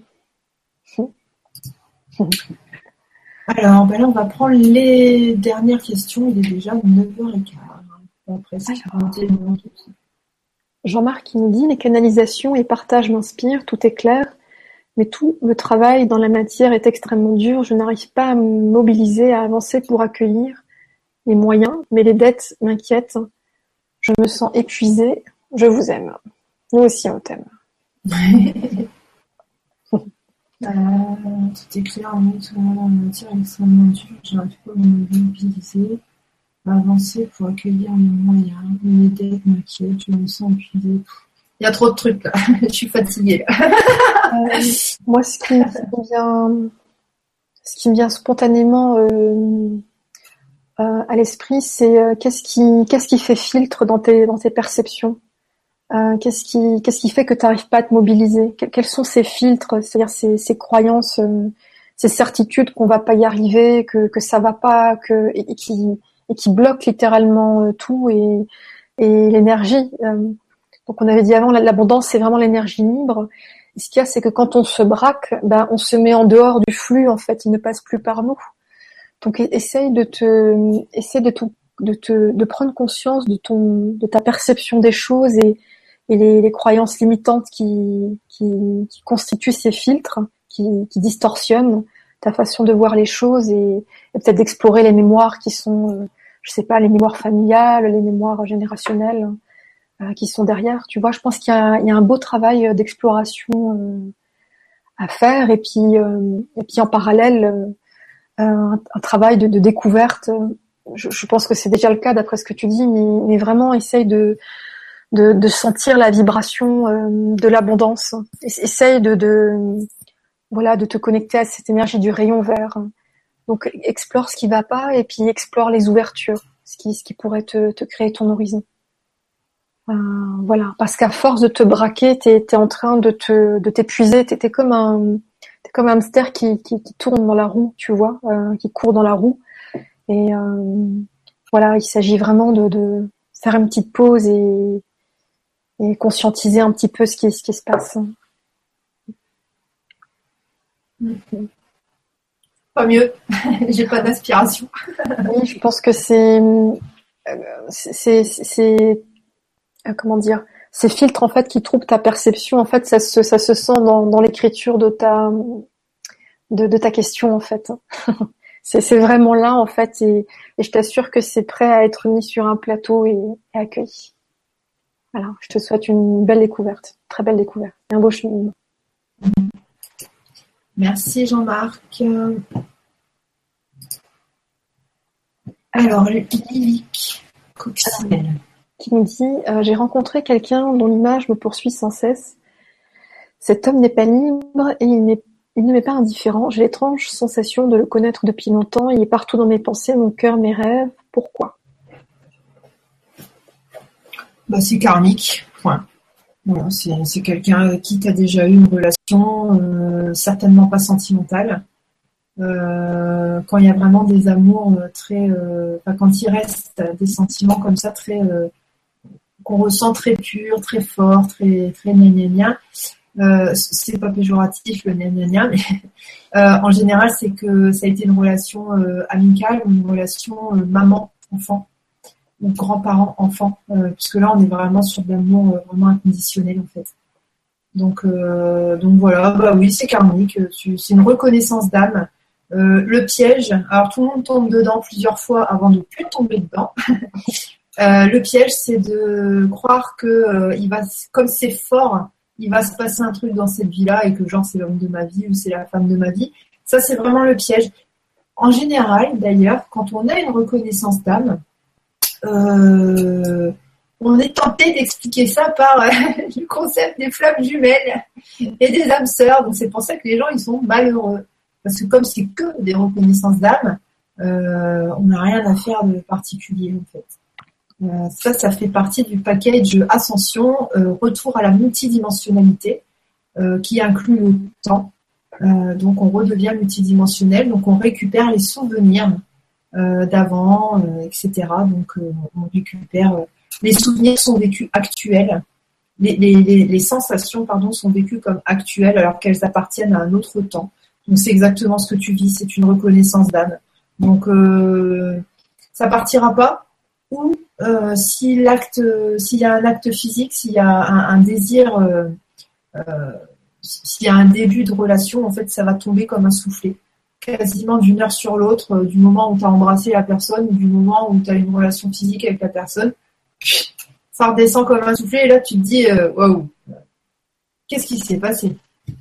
Alors, ben là, on va prendre les dernières questions. Il est déjà neuf heures quinze. On va presque monter le monde. Jean-Marc qui nous dit les canalisations et partages m'inspirent, tout est clair, mais tout le travail dans la matière est extrêmement dur. Je n'arrive pas à me mobiliser, à avancer pour accueillir les moyens, mais les dettes m'inquiètent. Je me sens épuisée. Je vous aime. Nous aussi, on t'aime. Euh, tout est clair, en tout dans la matière est extrêmement dur. J'arrive pas à me mobiliser, à avancer pour accueillir les moyens. Mes dettes m'inquiètent, je me sens épuisée. Il y a trop de trucs là. Je suis fatiguée. Euh, moi, ce qui, ce qui me vient, ce qui me vient spontanément euh, euh, à l'esprit, c'est euh, qu'est-ce qui, qu'est-ce qui fait filtre dans tes, dans tes perceptions. Euh, qu'est-ce qui, qu'est-ce qui fait que tu n'arrives pas à te mobiliser? Que- Quels sont ces filtres, c'est-à-dire ces, ces croyances, euh, ces certitudes qu'on va pas y arriver, que, que ça va pas, que et, et qui et qui bloquent littéralement euh, tout et, et l'énergie. Euh, donc on avait dit avant, l'abondance c'est vraiment l'énergie libre. Et ce qu'il y a, c'est que quand on se braque, ben on se met en dehors du flux. En fait, il ne passe plus par nous. Donc essaye de te, essaye de tout, de te, de prendre conscience de ton, de ta perception des choses et et les, les croyances limitantes qui, qui, qui constituent ces filtres, qui, qui distorsionnent ta façon de voir les choses et, et peut-être d'explorer les mémoires qui sont, euh, je sais pas, les mémoires familiales, les mémoires générationnelles euh, qui sont derrière. Tu vois, je pense qu'il y a, il y a un beau travail d'exploration euh, à faire et puis, euh, et puis en parallèle, euh, un, un travail de, de découverte. Je, je pense que c'est déjà le cas d'après ce que tu dis, mais, mais vraiment essaye de De, de sentir la vibration euh, de l'abondance. Essaye de, de voilà de te connecter à cette énergie du rayon vert. Donc explore ce qui va pas et puis explore les ouvertures, ce qui ce qui pourrait te, te créer ton horizon. Euh, voilà, parce qu'à force de te braquer, t'es t'es en train de te de t'épuiser. T'es t'es comme un t'es comme un hamster qui, qui qui tourne dans la roue, tu vois, euh, qui court dans la roue. Et euh, voilà, il s'agit vraiment de de faire une petite pause et et conscientiser un petit peu ce qui, ce qui se passe. Pas mieux. J'ai pas d'aspiration. Oui, je pense que c'est, c'est, c'est, comment dire, ces filtres en fait qui troublent ta perception. En fait, ça se, ça se sent dans, dans l'écriture de ta, de, de ta question en fait. C'est, c'est vraiment là en fait, et, et je t'assure que c'est prêt à être mis sur un plateau et, et accueilli. Voilà, je te souhaite une belle découverte, très belle découverte, et un beau cheminement. Merci Jean-Marc. Alors, Lilique Coccinelle. Qui nous dit euh, j'ai rencontré quelqu'un dont l'image me poursuit sans cesse. Cet homme n'est pas libre et il, n'est, il ne m'est pas indifférent. J'ai l'étrange sensation de le connaître depuis longtemps. Il est partout dans mes pensées, mon cœur, mes rêves. Pourquoi? Bah, c'est karmique. Point. Voilà, c'est, c'est quelqu'un avec qui tu as déjà eu une relation, euh, certainement pas sentimentale. euh, quand il y a vraiment des amours euh, très, euh, enfin, quand il reste des sentiments comme ça très euh, qu'on ressent très purs, très forts, très très gna gna gna. Euh, c'est pas péjoratif le gna gna gna, mais euh, en général c'est que ça a été une relation euh, amicale ou une relation euh, maman-enfant ou grands-parents-enfants, euh, puisque là on est vraiment sur de l'amour euh, vraiment inconditionnel en fait. Donc, euh, donc voilà, bah oui, c'est karmique, c'est une reconnaissance d'âme. Euh, le piège, alors tout le monde tombe dedans plusieurs fois avant de plus tomber dedans. Euh, le piège, c'est de croire que euh, il va, comme c'est fort, il va se passer un truc dans cette vie-là et que genre c'est l'homme de ma vie ou c'est la femme de ma vie. Ça, c'est vraiment le piège. En général, d'ailleurs, quand on a une reconnaissance d'âme, euh, on est tenté d'expliquer ça par euh, le concept des flammes jumelles et des âmes sœurs. Donc c'est pour ça que les gens ils sont malheureux. Parce que comme c'est que des reconnaissances d'âme, euh, on n'a rien à faire de particulier en fait. Euh, ça, ça fait partie du package Ascension, euh, retour à la multidimensionnalité, euh, qui inclut le temps. Euh, donc on redevient multidimensionnel, donc on récupère les souvenirs euh, d'avant, euh, et cetera. Donc euh, on récupère euh, les souvenirs sont vécus actuels, les, les, les, les sensations pardon sont vécues comme actuelles alors qu'elles appartiennent à un autre temps. Donc c'est exactement ce que tu vis, c'est une reconnaissance d'âme. Donc euh, ça partira pas. Ou euh, si l'acte, s'il y a un acte physique, s'il y a un, un désir, euh, euh, s'il y a un début de relation, en fait, ça va tomber comme un soufflet, quasiment d'une heure sur l'autre, euh, du moment où tu as embrassé la personne, ou du moment où tu as une relation physique avec la personne, ça redescend comme un soufflet, et là tu te dis, waouh, wow, qu'est-ce qui s'est passé?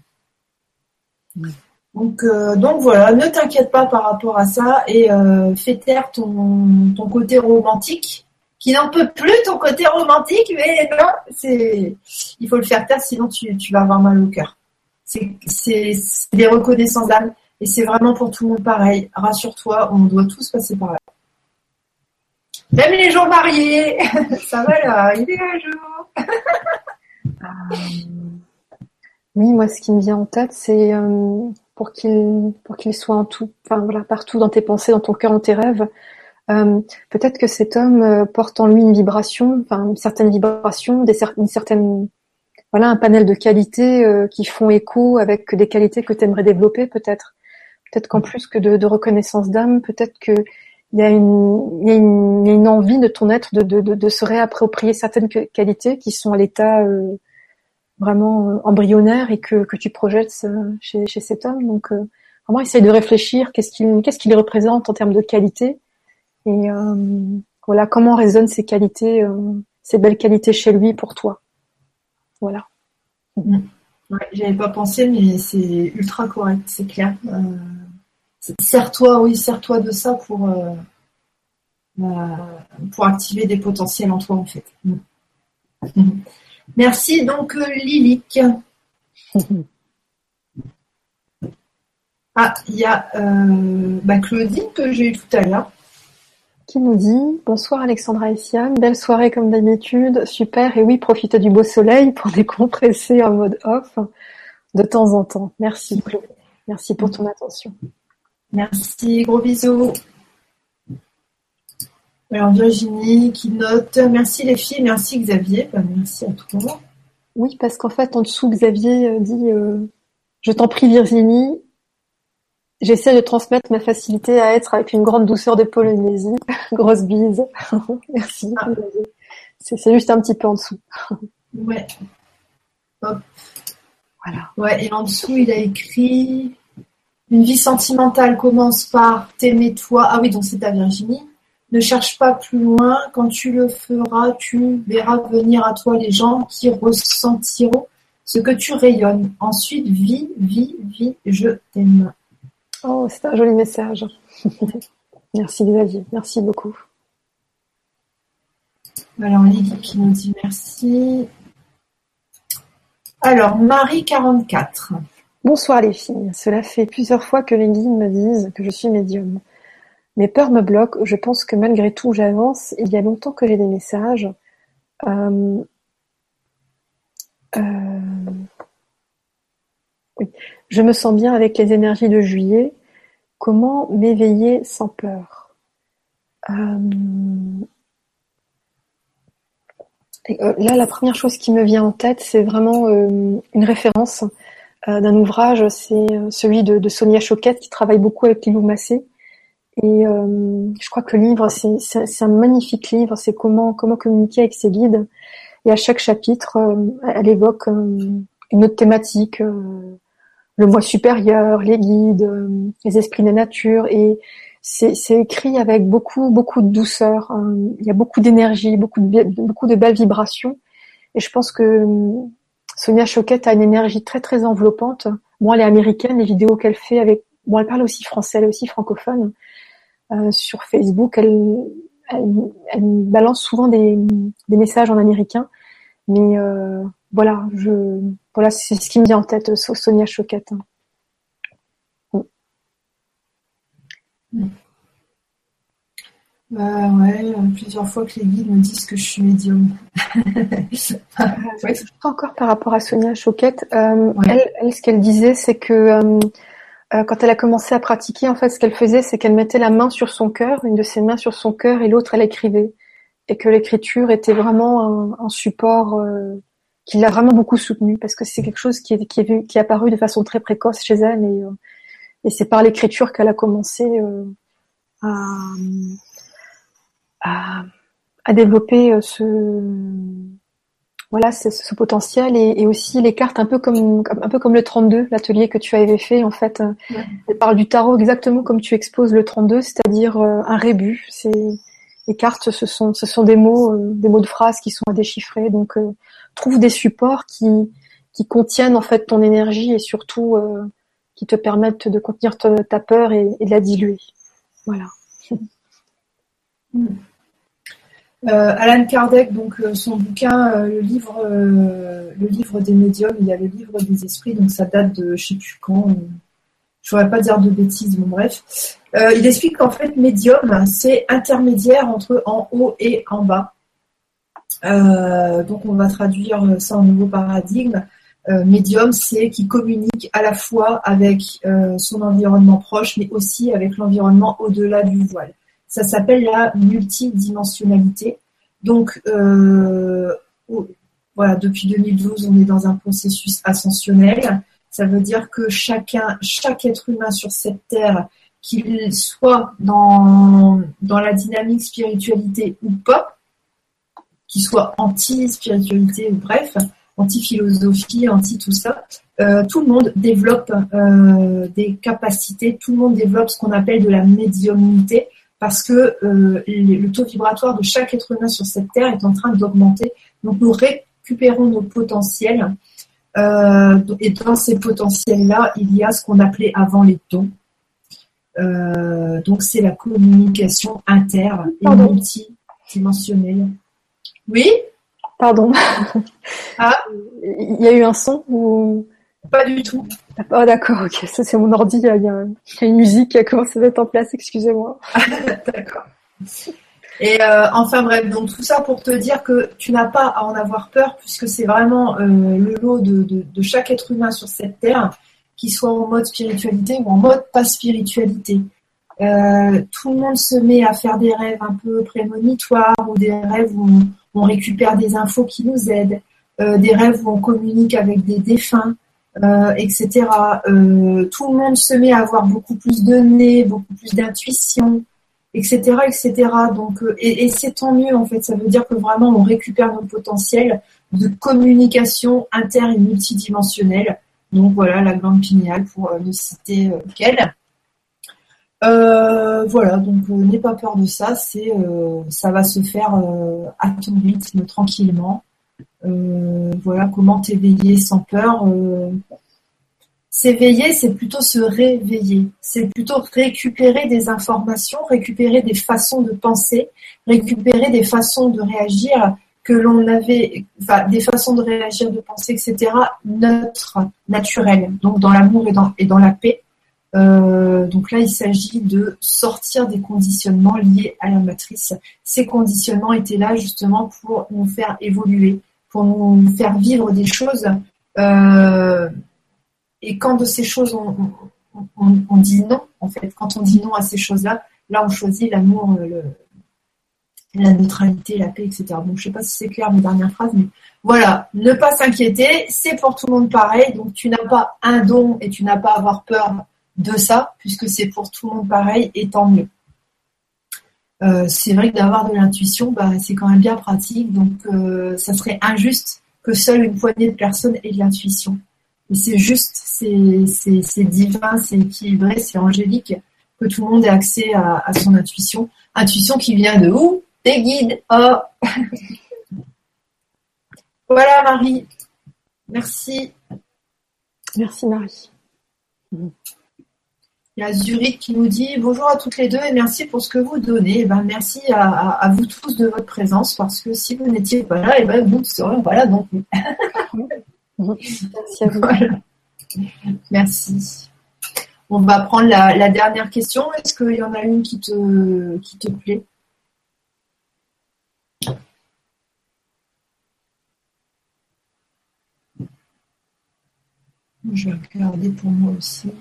Donc, euh, donc voilà, ne t'inquiète pas par rapport à ça et euh, fais taire ton, ton côté romantique, qui n'en peut plus ton côté romantique, mais non, c'est, il faut le faire taire, sinon tu, tu vas avoir mal au cœur. C'est, c'est, c'est des reconnaissances d'âme et c'est vraiment pour tout le monde pareil. Rassure-toi, on doit tous passer par là. Même les gens mariés, ça va là, il est un jour. Euh, oui, moi, ce qui me vient en tête, c'est euh, pour qu'il pour qu'il soit en tout, enfin voilà, partout dans tes pensées, dans ton cœur, dans tes rêves. Euh, peut-être que cet homme euh, porte en lui une vibration, enfin une certaine vibration, des cer- une certaine, voilà, un panel de qualités euh, qui font écho avec des qualités que tu aimerais développer, peut-être. Peut-être qu'en plus que de, de reconnaissance d'âme, peut-être que il y a une, il y a une, il y a une envie de ton être de, de, de, de se réapproprier certaines qualités qui sont à l'état euh, vraiment euh, embryonnaire et que, que tu projettes euh, chez, chez cet homme. Donc, euh, vraiment, essaye de réfléchir qu'est-ce qu'il, qu'est-ce qu'il représente en termes de qualité et euh, voilà, comment résonnent ces qualités, euh, ces belles qualités chez lui pour toi. Voilà. Mmh. Ouais, j'avais pas pensé, mais c'est ultra correct, c'est clair. Euh, sers-toi, oui, sers-toi de ça pour euh, euh, pour activer des potentiels en toi, en fait. Mmh. Merci donc euh, Lilic. Ah, il y a euh, bah, Claudine que j'ai eu tout à l'heure. Qui nous dit: bonsoir Alexandra et Siam, belle soirée comme d'habitude, super, et oui, profitez du beau soleil pour décompresser en mode off de temps en temps. Merci Claude, merci pour ton attention. Merci, gros bisous. Alors Virginie qui note, merci les filles, merci Xavier, bah, merci à toi. Oui, parce qu'en fait en dessous Xavier dit euh, je t'en prie Virginie, j'essaie de transmettre ma facilité à être avec une grande douceur de Polynésie. Grosse bise. Merci. Ah. C'est, c'est juste un petit peu en dessous. Ouais. Hop. Voilà. Ouais, et en dessous, il a écrit une vie sentimentale commence par t'aimer toi. Ah oui, donc c'est ta Virginie. Ne cherche pas plus loin. Quand tu le feras, tu verras venir à toi les gens qui ressentiront ce que tu rayonnes. Ensuite, vis, vis, vis, je t'aime. Oh, c'est un joli message. Merci Xavier, merci beaucoup. Alors Lydie qui nous dit merci. Alors Marie quarante-quatre. Bonsoir les filles, cela fait plusieurs fois que les guides me disent que je suis médium. Mes peurs me bloquent, je pense que malgré tout j'avance, il y a longtemps que j'ai des messages. Euh... Euh... Oui. Je me sens bien avec les énergies de juillet. Comment m'éveiller sans peur? euh, et, euh, Là, la première chose qui me vient en tête, c'est vraiment euh, une référence euh, d'un ouvrage, c'est celui de, de Sonia Choquette qui travaille beaucoup avec Lilou Massé. Et euh, je crois que le livre, c'est, c'est, c'est un magnifique livre. C'est comment comment communiquer avec ses guides. Et à chaque chapitre, euh, elle évoque euh, une autre thématique, euh, le moi supérieur, les guides, euh, les esprits de la nature. Et c'est, c'est écrit avec beaucoup beaucoup de douceur. Hein. Il y a beaucoup d'énergie, beaucoup de beaucoup de belles vibrations. Et je pense que euh, Sonia Choquette a une énergie très très enveloppante. Bon, elle est américaine. Les vidéos qu'elle fait avec, bon, elle parle aussi français, elle est aussi francophone. Euh, sur Facebook, elle, elle, elle balance souvent des, des messages en américain, mais euh, voilà, je, voilà, c'est ce qui me vient en tête, Sonia Choquette. Mm. Mm. Bah ouais, plusieurs fois que les guides me disent que je suis médium. Ouais. Encore par rapport à Sonia Choquette, euh, ouais. elle, elle, ce qu'elle disait, c'est que euh, Euh, quand elle a commencé à pratiquer, en fait, ce qu'elle faisait, c'est qu'elle mettait la main sur son cœur, une de ses mains sur son cœur, et l'autre, elle écrivait. Et que l'écriture était vraiment un, un support euh, qui l'a vraiment beaucoup soutenue, parce que c'est quelque chose qui est, qui est, vu, qui est apparu de façon très précoce chez elle, et, euh, et c'est par l'écriture qu'elle a commencé euh, à, à, à développer euh, ce... Voilà, c'est ce potentiel et, et aussi les cartes un peu comme un peu comme le trente-deux, l'atelier que tu avais fait en fait. Ouais. Elle parle du tarot exactement comme tu exposes le trente-deux, c'est-à-dire euh, un rébut. C'est les cartes, ce sont ce sont des mots, euh, des mots de phrases qui sont à déchiffrer. Donc euh, trouve des supports qui qui contiennent en fait ton énergie et surtout euh, qui te permettent de contenir ta, ta peur et, et de la diluer. Voilà. Mm. Euh, Alan Kardec, donc euh, son bouquin, euh, le livre, euh, le livre des médiums, il y a le livre des esprits, donc ça date de je sais plus quand. Euh, je ne voudrais pas dire de bêtises, mais bref. Euh, il explique qu'en fait, médium, c'est intermédiaire entre en haut et en bas. Euh, donc on va traduire ça en nouveau paradigme. Euh, médium, c'est qui communique à la fois avec euh, son environnement proche, mais aussi avec l'environnement au-delà du voile. Ça s'appelle la multidimensionnalité. Donc, euh, voilà, depuis deux mille douze, on est dans un processus ascensionnel. Ça veut dire que chacun, chaque être humain sur cette terre, qu'il soit dans, dans la dynamique spiritualité ou pas, qu'il soit anti-spiritualité ou bref, anti-philosophie, anti-tout ça, euh, tout le monde développe euh, des capacités, tout le monde développe ce qu'on appelle de la médiumnité, parce que euh, le taux vibratoire de chaque être humain sur cette terre est en train d'augmenter. Donc nous récupérons nos potentiels. Euh, et dans ces potentiels-là, il y a ce qu'on appelait avant les dons. Euh, donc c'est la communication inter et Pardon. multidimensionnelle. Oui ? Pardon. Ah ? Il y a eu un son ou... Pas du tout. Oh d'accord, ok, ça c'est mon ordi, il y a, il y a une musique qui a commencé à mettre en place, excusez-moi. D'accord. Et euh, enfin bref, donc tout ça pour te dire que tu n'as pas à en avoir peur, puisque c'est vraiment euh, le lot de, de, de chaque être humain sur cette terre, qu'il soit en mode spiritualité ou en mode pas spiritualité. Euh, tout le monde se met à faire des rêves un peu prémonitoires ou des rêves où on, on récupère des infos qui nous aident, euh, des rêves où on communique avec des défunts. Euh, et cetera. Euh, tout le monde se met à avoir beaucoup plus de nez, beaucoup plus d'intuition, et cetera, et cetera. Donc, euh, et, et c'est tant mieux en fait. Ça veut dire que vraiment on récupère nos potentiels de communication inter et multidimensionnelle. Donc voilà, la glande pinéale pour euh, ne citer euh, qu'elle. Euh, voilà, donc euh, n'aie pas peur de ça. C'est, euh, ça va se faire euh, à ton rythme, tranquillement. Euh, voilà, comment t'éveiller sans peur. Euh, s'éveiller, c'est plutôt se réveiller. C'est plutôt récupérer des informations, récupérer des façons de penser, récupérer des façons de réagir que l'on avait, enfin des façons de réagir, de penser, et cetera neutres, naturelles. Donc dans l'amour et dans, et dans la paix. Euh, donc là, il s'agit de sortir des conditionnements liés à la matrice. Ces conditionnements étaient là justement pour nous faire évoluer, pour nous faire vivre des choses. Euh, et quand de ces choses ont, on, on dit non, en fait. Quand on dit non à ces choses-là, là, on choisit l'amour, le, la neutralité, la paix, et cetera. Donc, je ne sais pas si c'est clair mes dernières phrases, mais voilà, ne pas s'inquiéter, c'est pour tout le monde pareil. Donc, tu n'as pas un don et tu n'as pas à avoir peur de ça, puisque c'est pour tout le monde pareil, et tant mieux. Euh, c'est vrai que d'avoir de l'intuition, bah, c'est quand même bien pratique, donc euh, ça serait injuste que seule une poignée de personnes aient de l'intuition. Et c'est juste, c'est, c'est, c'est divin, c'est équilibré, c'est angélique, que tout le monde ait accès à, à son intuition. Intuition qui vient de où? Des guides. Oh. Voilà Marie. Merci. Merci Marie. Il y a Zurich qui nous dit bonjour à toutes les deux et merci pour ce que vous donnez. Et ben, merci à, à, à vous tous de votre présence parce que si vous n'étiez pas là, et ben, vous ne seriez pas là non plus. Merci à vous. Voilà. Merci. On va prendre la, la dernière question. Est-ce qu'il y en a une qui te, qui te plaît? Je vais regarder pour moi aussi.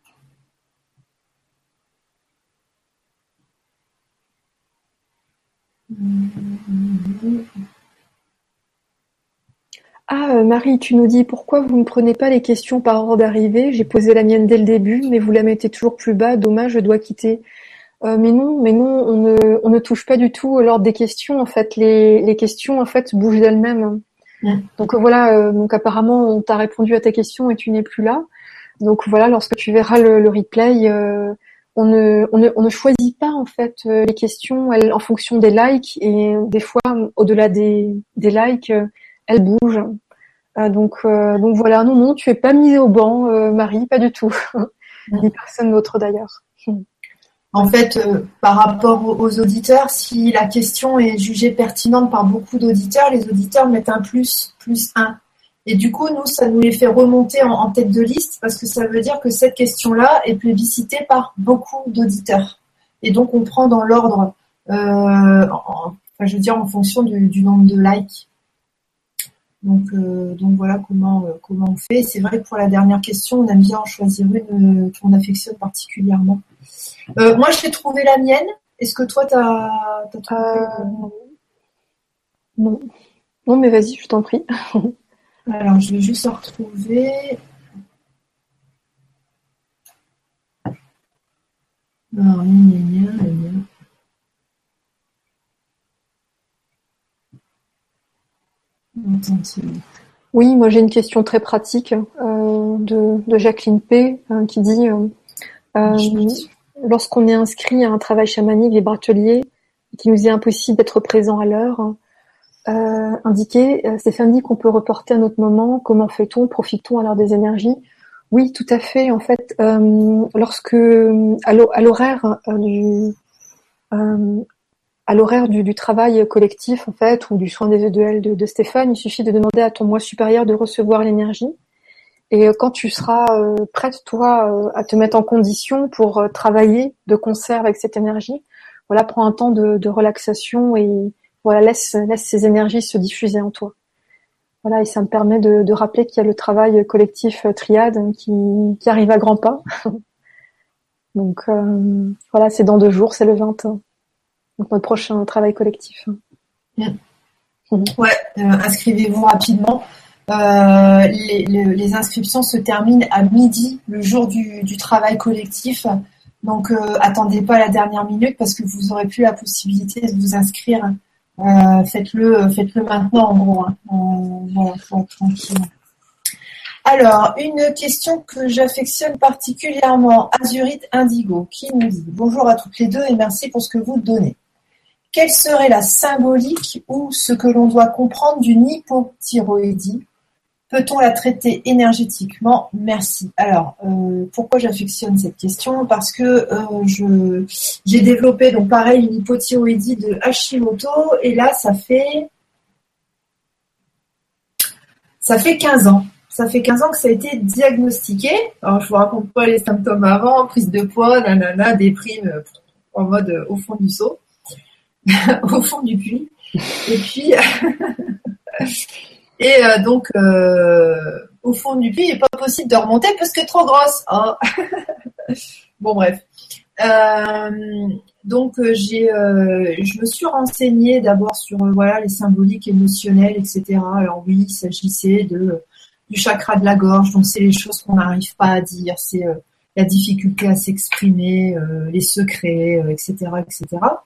Ah, euh, Marie, tu nous dis pourquoi vous ne prenez pas les questions par ordre d'arrivée? J'ai posé la mienne dès le début, mais vous la mettez toujours plus bas. Dommage, je dois quitter. Euh, mais non, mais non, on ne, on ne touche pas du tout l'ordre des questions. En fait, les, les questions en fait bougent d'elles-mêmes. Mm. Donc euh, voilà. Euh, donc apparemment, on t'a répondu à ta question et tu n'es plus là. Donc voilà, lorsque tu verras le, le replay, euh, on ne, on ne, on ne choisit pas en fait euh, les questions elles, en fonction des likes et des fois, au-delà des, des likes, euh, elles bougent. Euh, donc, euh, donc voilà, non, non, tu es pas mise au banc, euh, Marie, pas du tout, ni personne d'autre d'ailleurs. En fait, euh, par rapport aux auditeurs, si la question est jugée pertinente par beaucoup d'auditeurs, les auditeurs mettent un plus, plus un. Et du coup, nous, ça nous les fait remonter en, en tête de liste parce que ça veut dire que cette question-là est plébiscitée par beaucoup d'auditeurs. Et donc, on prend dans l'ordre, euh, en, enfin, je veux dire, en fonction du, du nombre de likes. Donc, euh, donc voilà comment, euh, comment on fait. C'est vrai que pour la dernière question, on aime bien en choisir une euh, qu'on affectionne particulièrement. Euh, moi, j'ai trouvé la mienne. Est-ce que toi, t'as, t'as trouvé euh, Non. Non, mais vas-y, je t'en prie. Alors, je vais juste la retrouver. Alors, gna, gna, gna, gna. Oui, moi j'ai une question très pratique euh, de, de Jacqueline P hein, qui dit euh, euh, lorsqu'on est inscrit à un travail chamanique vibratelier qui nous est impossible d'être présent à l'heure, euh, indiqué, euh, Stéphane dit qu'on peut reporter un autre moment. Comment fait-on? Profite-t-on alors des énergies? Oui, tout à fait. En fait, euh, lorsque à l'horaire euh, du euh, à l'horaire du, du travail collectif en fait ou du soin individuel de, de Stéphane, il suffit de demander à ton moi supérieur de recevoir l'énergie. Et quand tu seras euh, prête toi euh, à te mettre en condition pour euh, travailler de concert avec cette énergie, voilà, prends un temps de, de relaxation et voilà, laisse laisse ces énergies se diffuser en toi. Voilà, et ça me permet de, de rappeler qu'il y a le travail collectif triade qui, qui arrive à grands pas. Donc euh, voilà, c'est dans deux jours, c'est le vingt. Donc notre prochain travail collectif. Mmh. Ouais, euh, inscrivez-vous rapidement. Euh, les, les, les inscriptions se terminent à midi le jour du, du travail collectif. Donc euh, attendez pas la dernière minute parce que vous aurez plus la possibilité de vous inscrire. Euh, faites-le, faites-le maintenant en gros. Hein. Euh, voilà, faut être tranquille. Alors, une question que j'affectionne particulièrement, Azurite Indigo, qui nous dit bonjour à toutes les deux et merci pour ce que vous donnez. Quelle serait la symbolique ou ce que l'on doit comprendre d'une hypothyroïdie? Peut-on la traiter énergétiquement? Merci. Alors, euh, pourquoi j'affectionne cette question? Parce que euh, je j'ai développé donc pareil une hypothyroïdie de Hashimoto et là ça fait ça fait quinze ans. Ça fait quinze ans que ça a été diagnostiqué. Alors je vous raconte pas les symptômes avant, prise de poids, nanana, déprime en mode euh, au fond du seau. Au fond du puits. Et puis, et euh, donc, euh, au fond du puits, il n'est pas possible de remonter parce que trop grosse. Oh. Bon, bref. Euh, donc, euh, j'ai, euh, je me suis renseignée d'abord sur euh, voilà les symboliques émotionnelles, et cetera. Alors oui, il s'agissait de du chakra de la gorge, donc c'est les choses qu'on n'arrive pas à dire, c'est euh, la difficulté à s'exprimer, euh, les secrets, euh, et cetera, et cetera.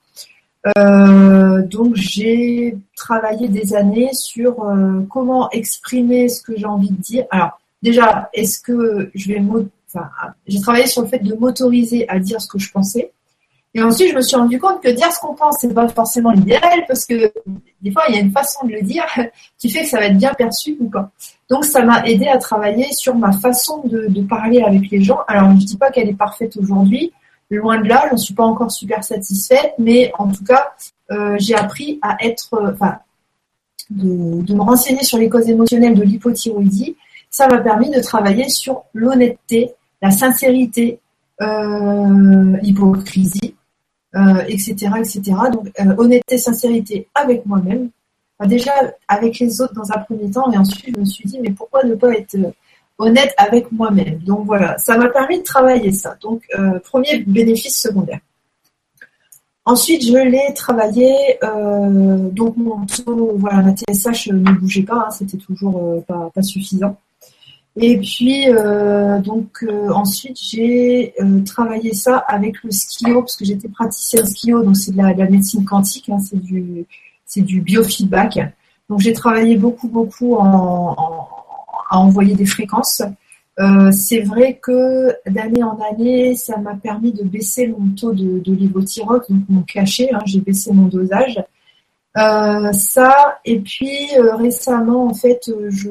Euh, donc j'ai travaillé des années sur euh, comment exprimer ce que j'ai envie de dire. Alors déjà, est-ce que je vais m'au- enfin, j'ai travaillé sur le fait de m'autoriser à dire ce que je pensais. Et ensuite, je me suis rendu compte que dire ce qu'on pense, c'est pas forcément l'idéal parce que des fois, il y a une façon de le dire qui fait que ça va être bien perçu ou pas. Donc, ça m'a aidé à travailler sur ma façon de, de parler avec les gens. Alors, je dis pas qu'elle est parfaite aujourd'hui. Loin de là, j'en suis pas encore super satisfaite, mais en tout cas, euh, j'ai appris à être, euh, enfin, de, de me renseigner sur les causes émotionnelles de l'hypothyroïdie. Ça m'a permis de travailler sur l'honnêteté, la sincérité, euh, l'hypocrisie, euh, et cetera, et cetera. Donc, euh, honnêteté, sincérité avec moi-même. Enfin, déjà, avec les autres dans un premier temps, et ensuite, je me suis dit, mais pourquoi ne pas être honnête avec moi-même? Donc, voilà, ça m'a permis de travailler ça. Donc, euh, premier bénéfice secondaire. Ensuite, je l'ai travaillé, euh, donc mon taux, voilà, ma T S H ne bougeait pas, hein, c'était toujours euh, pas, pas suffisant. Et puis, euh, donc euh, ensuite, j'ai euh, travaillé ça avec le skio, parce que j'étais praticienne skio, donc c'est de la, de la médecine quantique, hein, c'est du, c'est du biofeedback. Donc j'ai travaillé beaucoup, beaucoup en, en, à envoyer des fréquences. Euh, c'est vrai que d'année en année, ça m'a permis de baisser mon taux de, de lévothyrox, donc mon cachet, hein, j'ai baissé mon dosage. Euh, ça, et puis euh, récemment, en fait, je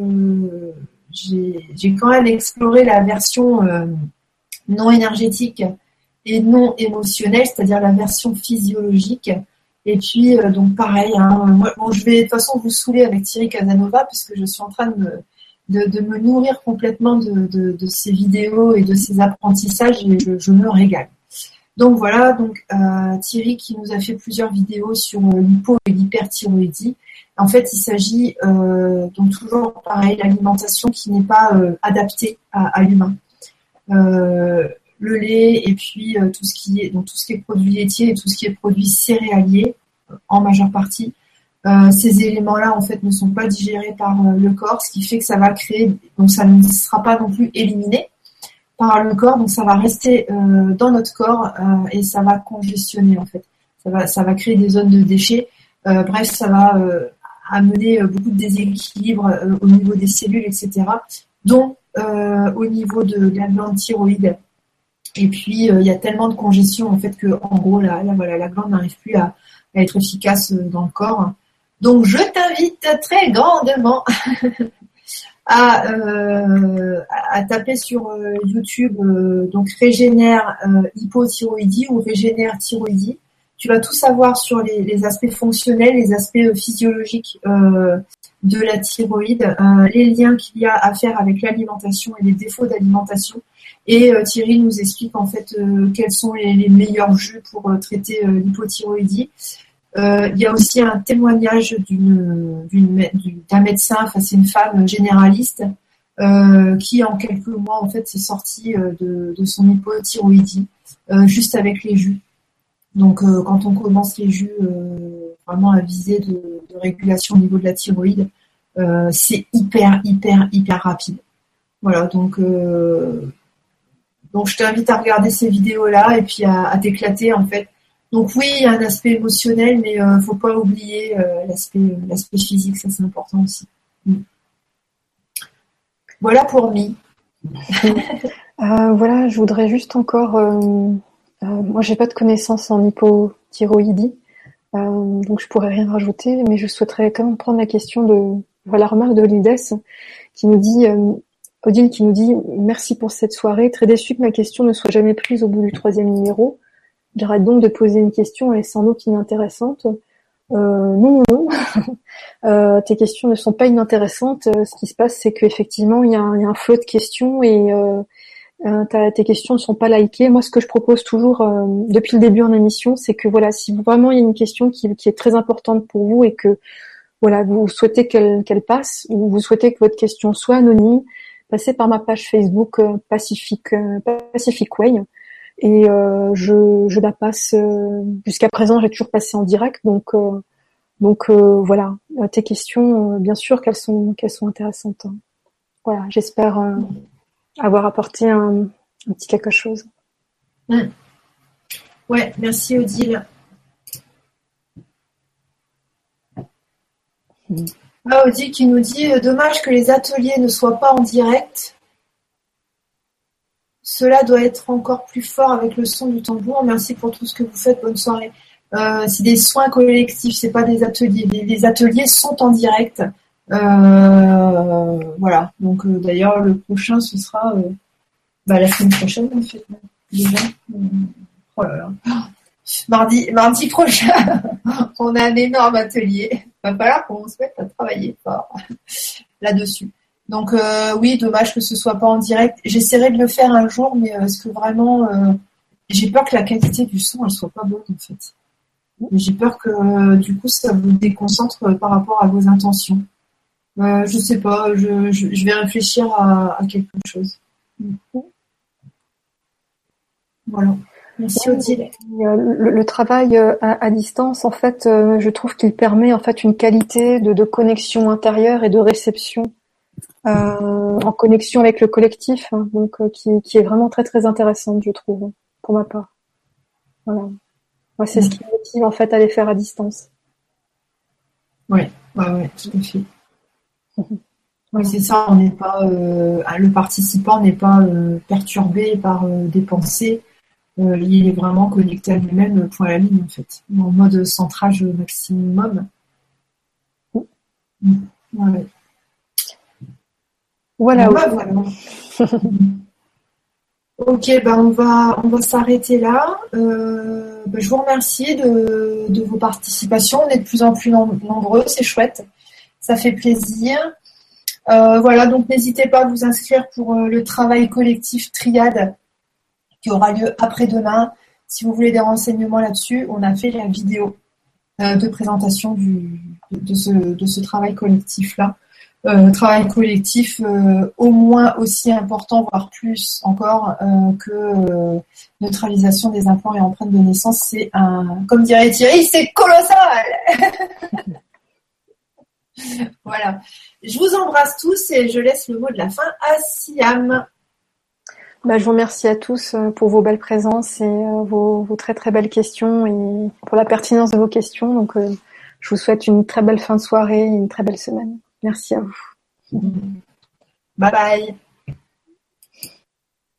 j'ai, j'ai quand même exploré la version euh, non énergétique et non émotionnelle, c'est-à-dire la version physiologique. Et puis, euh, donc pareil, hein, moi, bon, je vais de toute façon vous saouler avec Thierry Casanova, puisque je suis en train de me, de, de me nourrir complètement de, de, de ces vidéos et de ces apprentissages, et je, je me régale. Donc voilà, donc euh, Thierry qui nous a fait plusieurs vidéos sur euh, l'hypo et l'hyperthyroïdie. En fait, il s'agit euh, donc toujours pareil, l'alimentation qui n'est pas euh, adaptée à, à l'humain. Euh, le lait et puis euh, tout ce qui est donc tout ce qui est produits laitiers et tout ce qui est produits céréaliers euh, en majeure partie. Euh, ces éléments-là en fait ne sont pas digérés par euh, le corps, ce qui fait que ça va créer, donc ça ne sera pas non plus éliminé par le corps, donc ça va rester euh, dans notre corps euh, et ça va congestionner en fait. Ça va, ça va créer des zones de déchets. Euh, bref, ça va euh, amener euh, beaucoup de déséquilibre euh, au niveau des cellules, et cetera. Dont euh, au niveau de, de la glande thyroïde. Et puis euh, il y a tellement de congestion en fait que en gros la, la, voilà, la glande n'arrive plus à, à être efficace dans le corps. Donc je t'invite très grandement À, euh, à taper sur euh, YouTube euh, donc régénère euh, hypothyroïdie ou régénère thyroïdie. Tu vas tout savoir sur les, les aspects fonctionnels, les aspects euh, physiologiques euh, de la thyroïde, euh, les liens qu'il y a à faire avec l'alimentation et les défauts d'alimentation. Et euh, Thierry nous explique en fait euh, quels sont les, les meilleurs jus pour euh, traiter euh, l'hypothyroïdie. Euh, il y a aussi un témoignage d'une, d'une, d'un médecin, enfin c'est une femme généraliste euh, qui en quelques mois en fait s'est sortie de, de son hypothyroïdie euh, juste avec les jus. Donc euh, quand on commence les jus euh, vraiment à viser de, de régulation au niveau de la thyroïde, euh, c'est hyper hyper hyper rapide. Voilà, donc euh, donc je t'invite à regarder ces vidéos là et puis à, à t'éclater en fait. Donc oui, il y a un aspect émotionnel, mais euh, faut pas oublier euh, l'aspect, l'aspect physique, ça c'est important aussi. Mm. Voilà pour Mi. euh, voilà, je voudrais juste encore. Euh, euh, moi, j'ai pas de connaissances en hypothyroïdie, euh, donc je pourrais rien rajouter, mais je souhaiterais quand même prendre la question de, voilà, la remarque de Lides qui nous dit, euh, Odile qui nous dit merci pour cette soirée, très déçue que ma question ne soit jamais prise au bout du troisième numéro. J'arrête donc de poser une question, elle est sans doute inintéressante. Euh, non, non, euh, tes questions ne sont pas inintéressantes. Ce qui se passe, c'est qu'effectivement, il y a un, il y a un flot de questions et euh, euh, tes questions ne sont pas likées. Moi, ce que je propose toujours euh, depuis le début en émission, c'est que voilà, si vraiment il y a une question qui, qui est très importante pour vous et que voilà, vous souhaitez qu'elle, qu'elle passe ou vous souhaitez que votre question soit anonyme, passez par ma page Facebook euh, Pacific, euh, Pacific Way. et euh, je, je la passe. Euh, jusqu'à présent, j'ai toujours passé en direct, donc euh, donc euh, voilà. Tes questions, euh, bien sûr qu'elles sont qu'elles sont intéressantes. Hein. Voilà, j'espère euh, avoir apporté un, un petit quelque chose. Mmh. Ouais, merci Odile. Mmh. Ah, Odile qui nous dit euh, dommage que les ateliers ne soient pas en direct. Cela doit être encore plus fort avec le son du tambour. Merci pour tout ce que vous faites. Bonne soirée. Euh, c'est des soins collectifs, c'est pas des ateliers. Les, les ateliers sont en direct. Euh, voilà. Donc euh, d'ailleurs le prochain ce sera euh, bah, la semaine prochaine en fait. Déjà. Oh là là. Mardi, mardi prochain, on a un énorme atelier. Il va falloir qu'on se mette à travailler fort là-dessus. Donc euh, oui, dommage que ce soit pas en direct. J'essaierai de le faire un jour, mais euh, est-ce que vraiment, euh, j'ai peur que la qualité du son elle soit pas bonne en fait. Et j'ai peur que euh, du coup ça vous déconcentre euh, par rapport à vos intentions. Euh, je sais pas, je, je, je vais réfléchir à, à quelque chose. Voilà. Merci Odile. Le, le travail à, à distance, en fait, euh, je trouve qu'il permet en fait une qualité de, de connexion intérieure et de réception euh, en connexion avec le collectif, hein, donc euh, qui, qui est vraiment très très intéressante, je trouve, pour ma part. Voilà. Moi, c'est mmh. ce qui me motive en fait à les faire à distance. Oui, ouais, ouais, tout à fait. Mmh. Oui, c'est ça. On n'est pas, euh, le participant n'est pas euh, perturbé par euh, des pensées. Euh, il est vraiment connecté à lui-même, point à la ligne en fait, en mode centrage maximum. Mmh. Ouais. Voilà. Bon, bah, voilà. Ok, ben on va on va s'arrêter là. Euh, ben je vous remercie de, de vos participations. On est de plus en plus nombreux, c'est chouette, ça fait plaisir. Euh, voilà, donc n'hésitez pas à vous inscrire pour euh, le travail collectif Triade qui aura lieu après-demain. Si vous voulez des renseignements là-dessus, on a fait la vidéo euh, de présentation du, de, de, ce, de ce travail collectif-là. Euh, travail collectif euh, au moins aussi important, voire plus encore euh, que euh, neutralisation des implants et empreintes de naissance. C'est un, comme dirait Thierry, c'est colossal. Voilà. Je vous embrasse tous et je laisse le mot de la fin à Siam. Bah, je vous remercie à tous pour vos belles présences et euh, vos, vos très très belles questions et pour la pertinence de vos questions. Donc, euh, je vous souhaite une très belle fin de soirée et une très belle semaine. Merci à vous. Bye bye.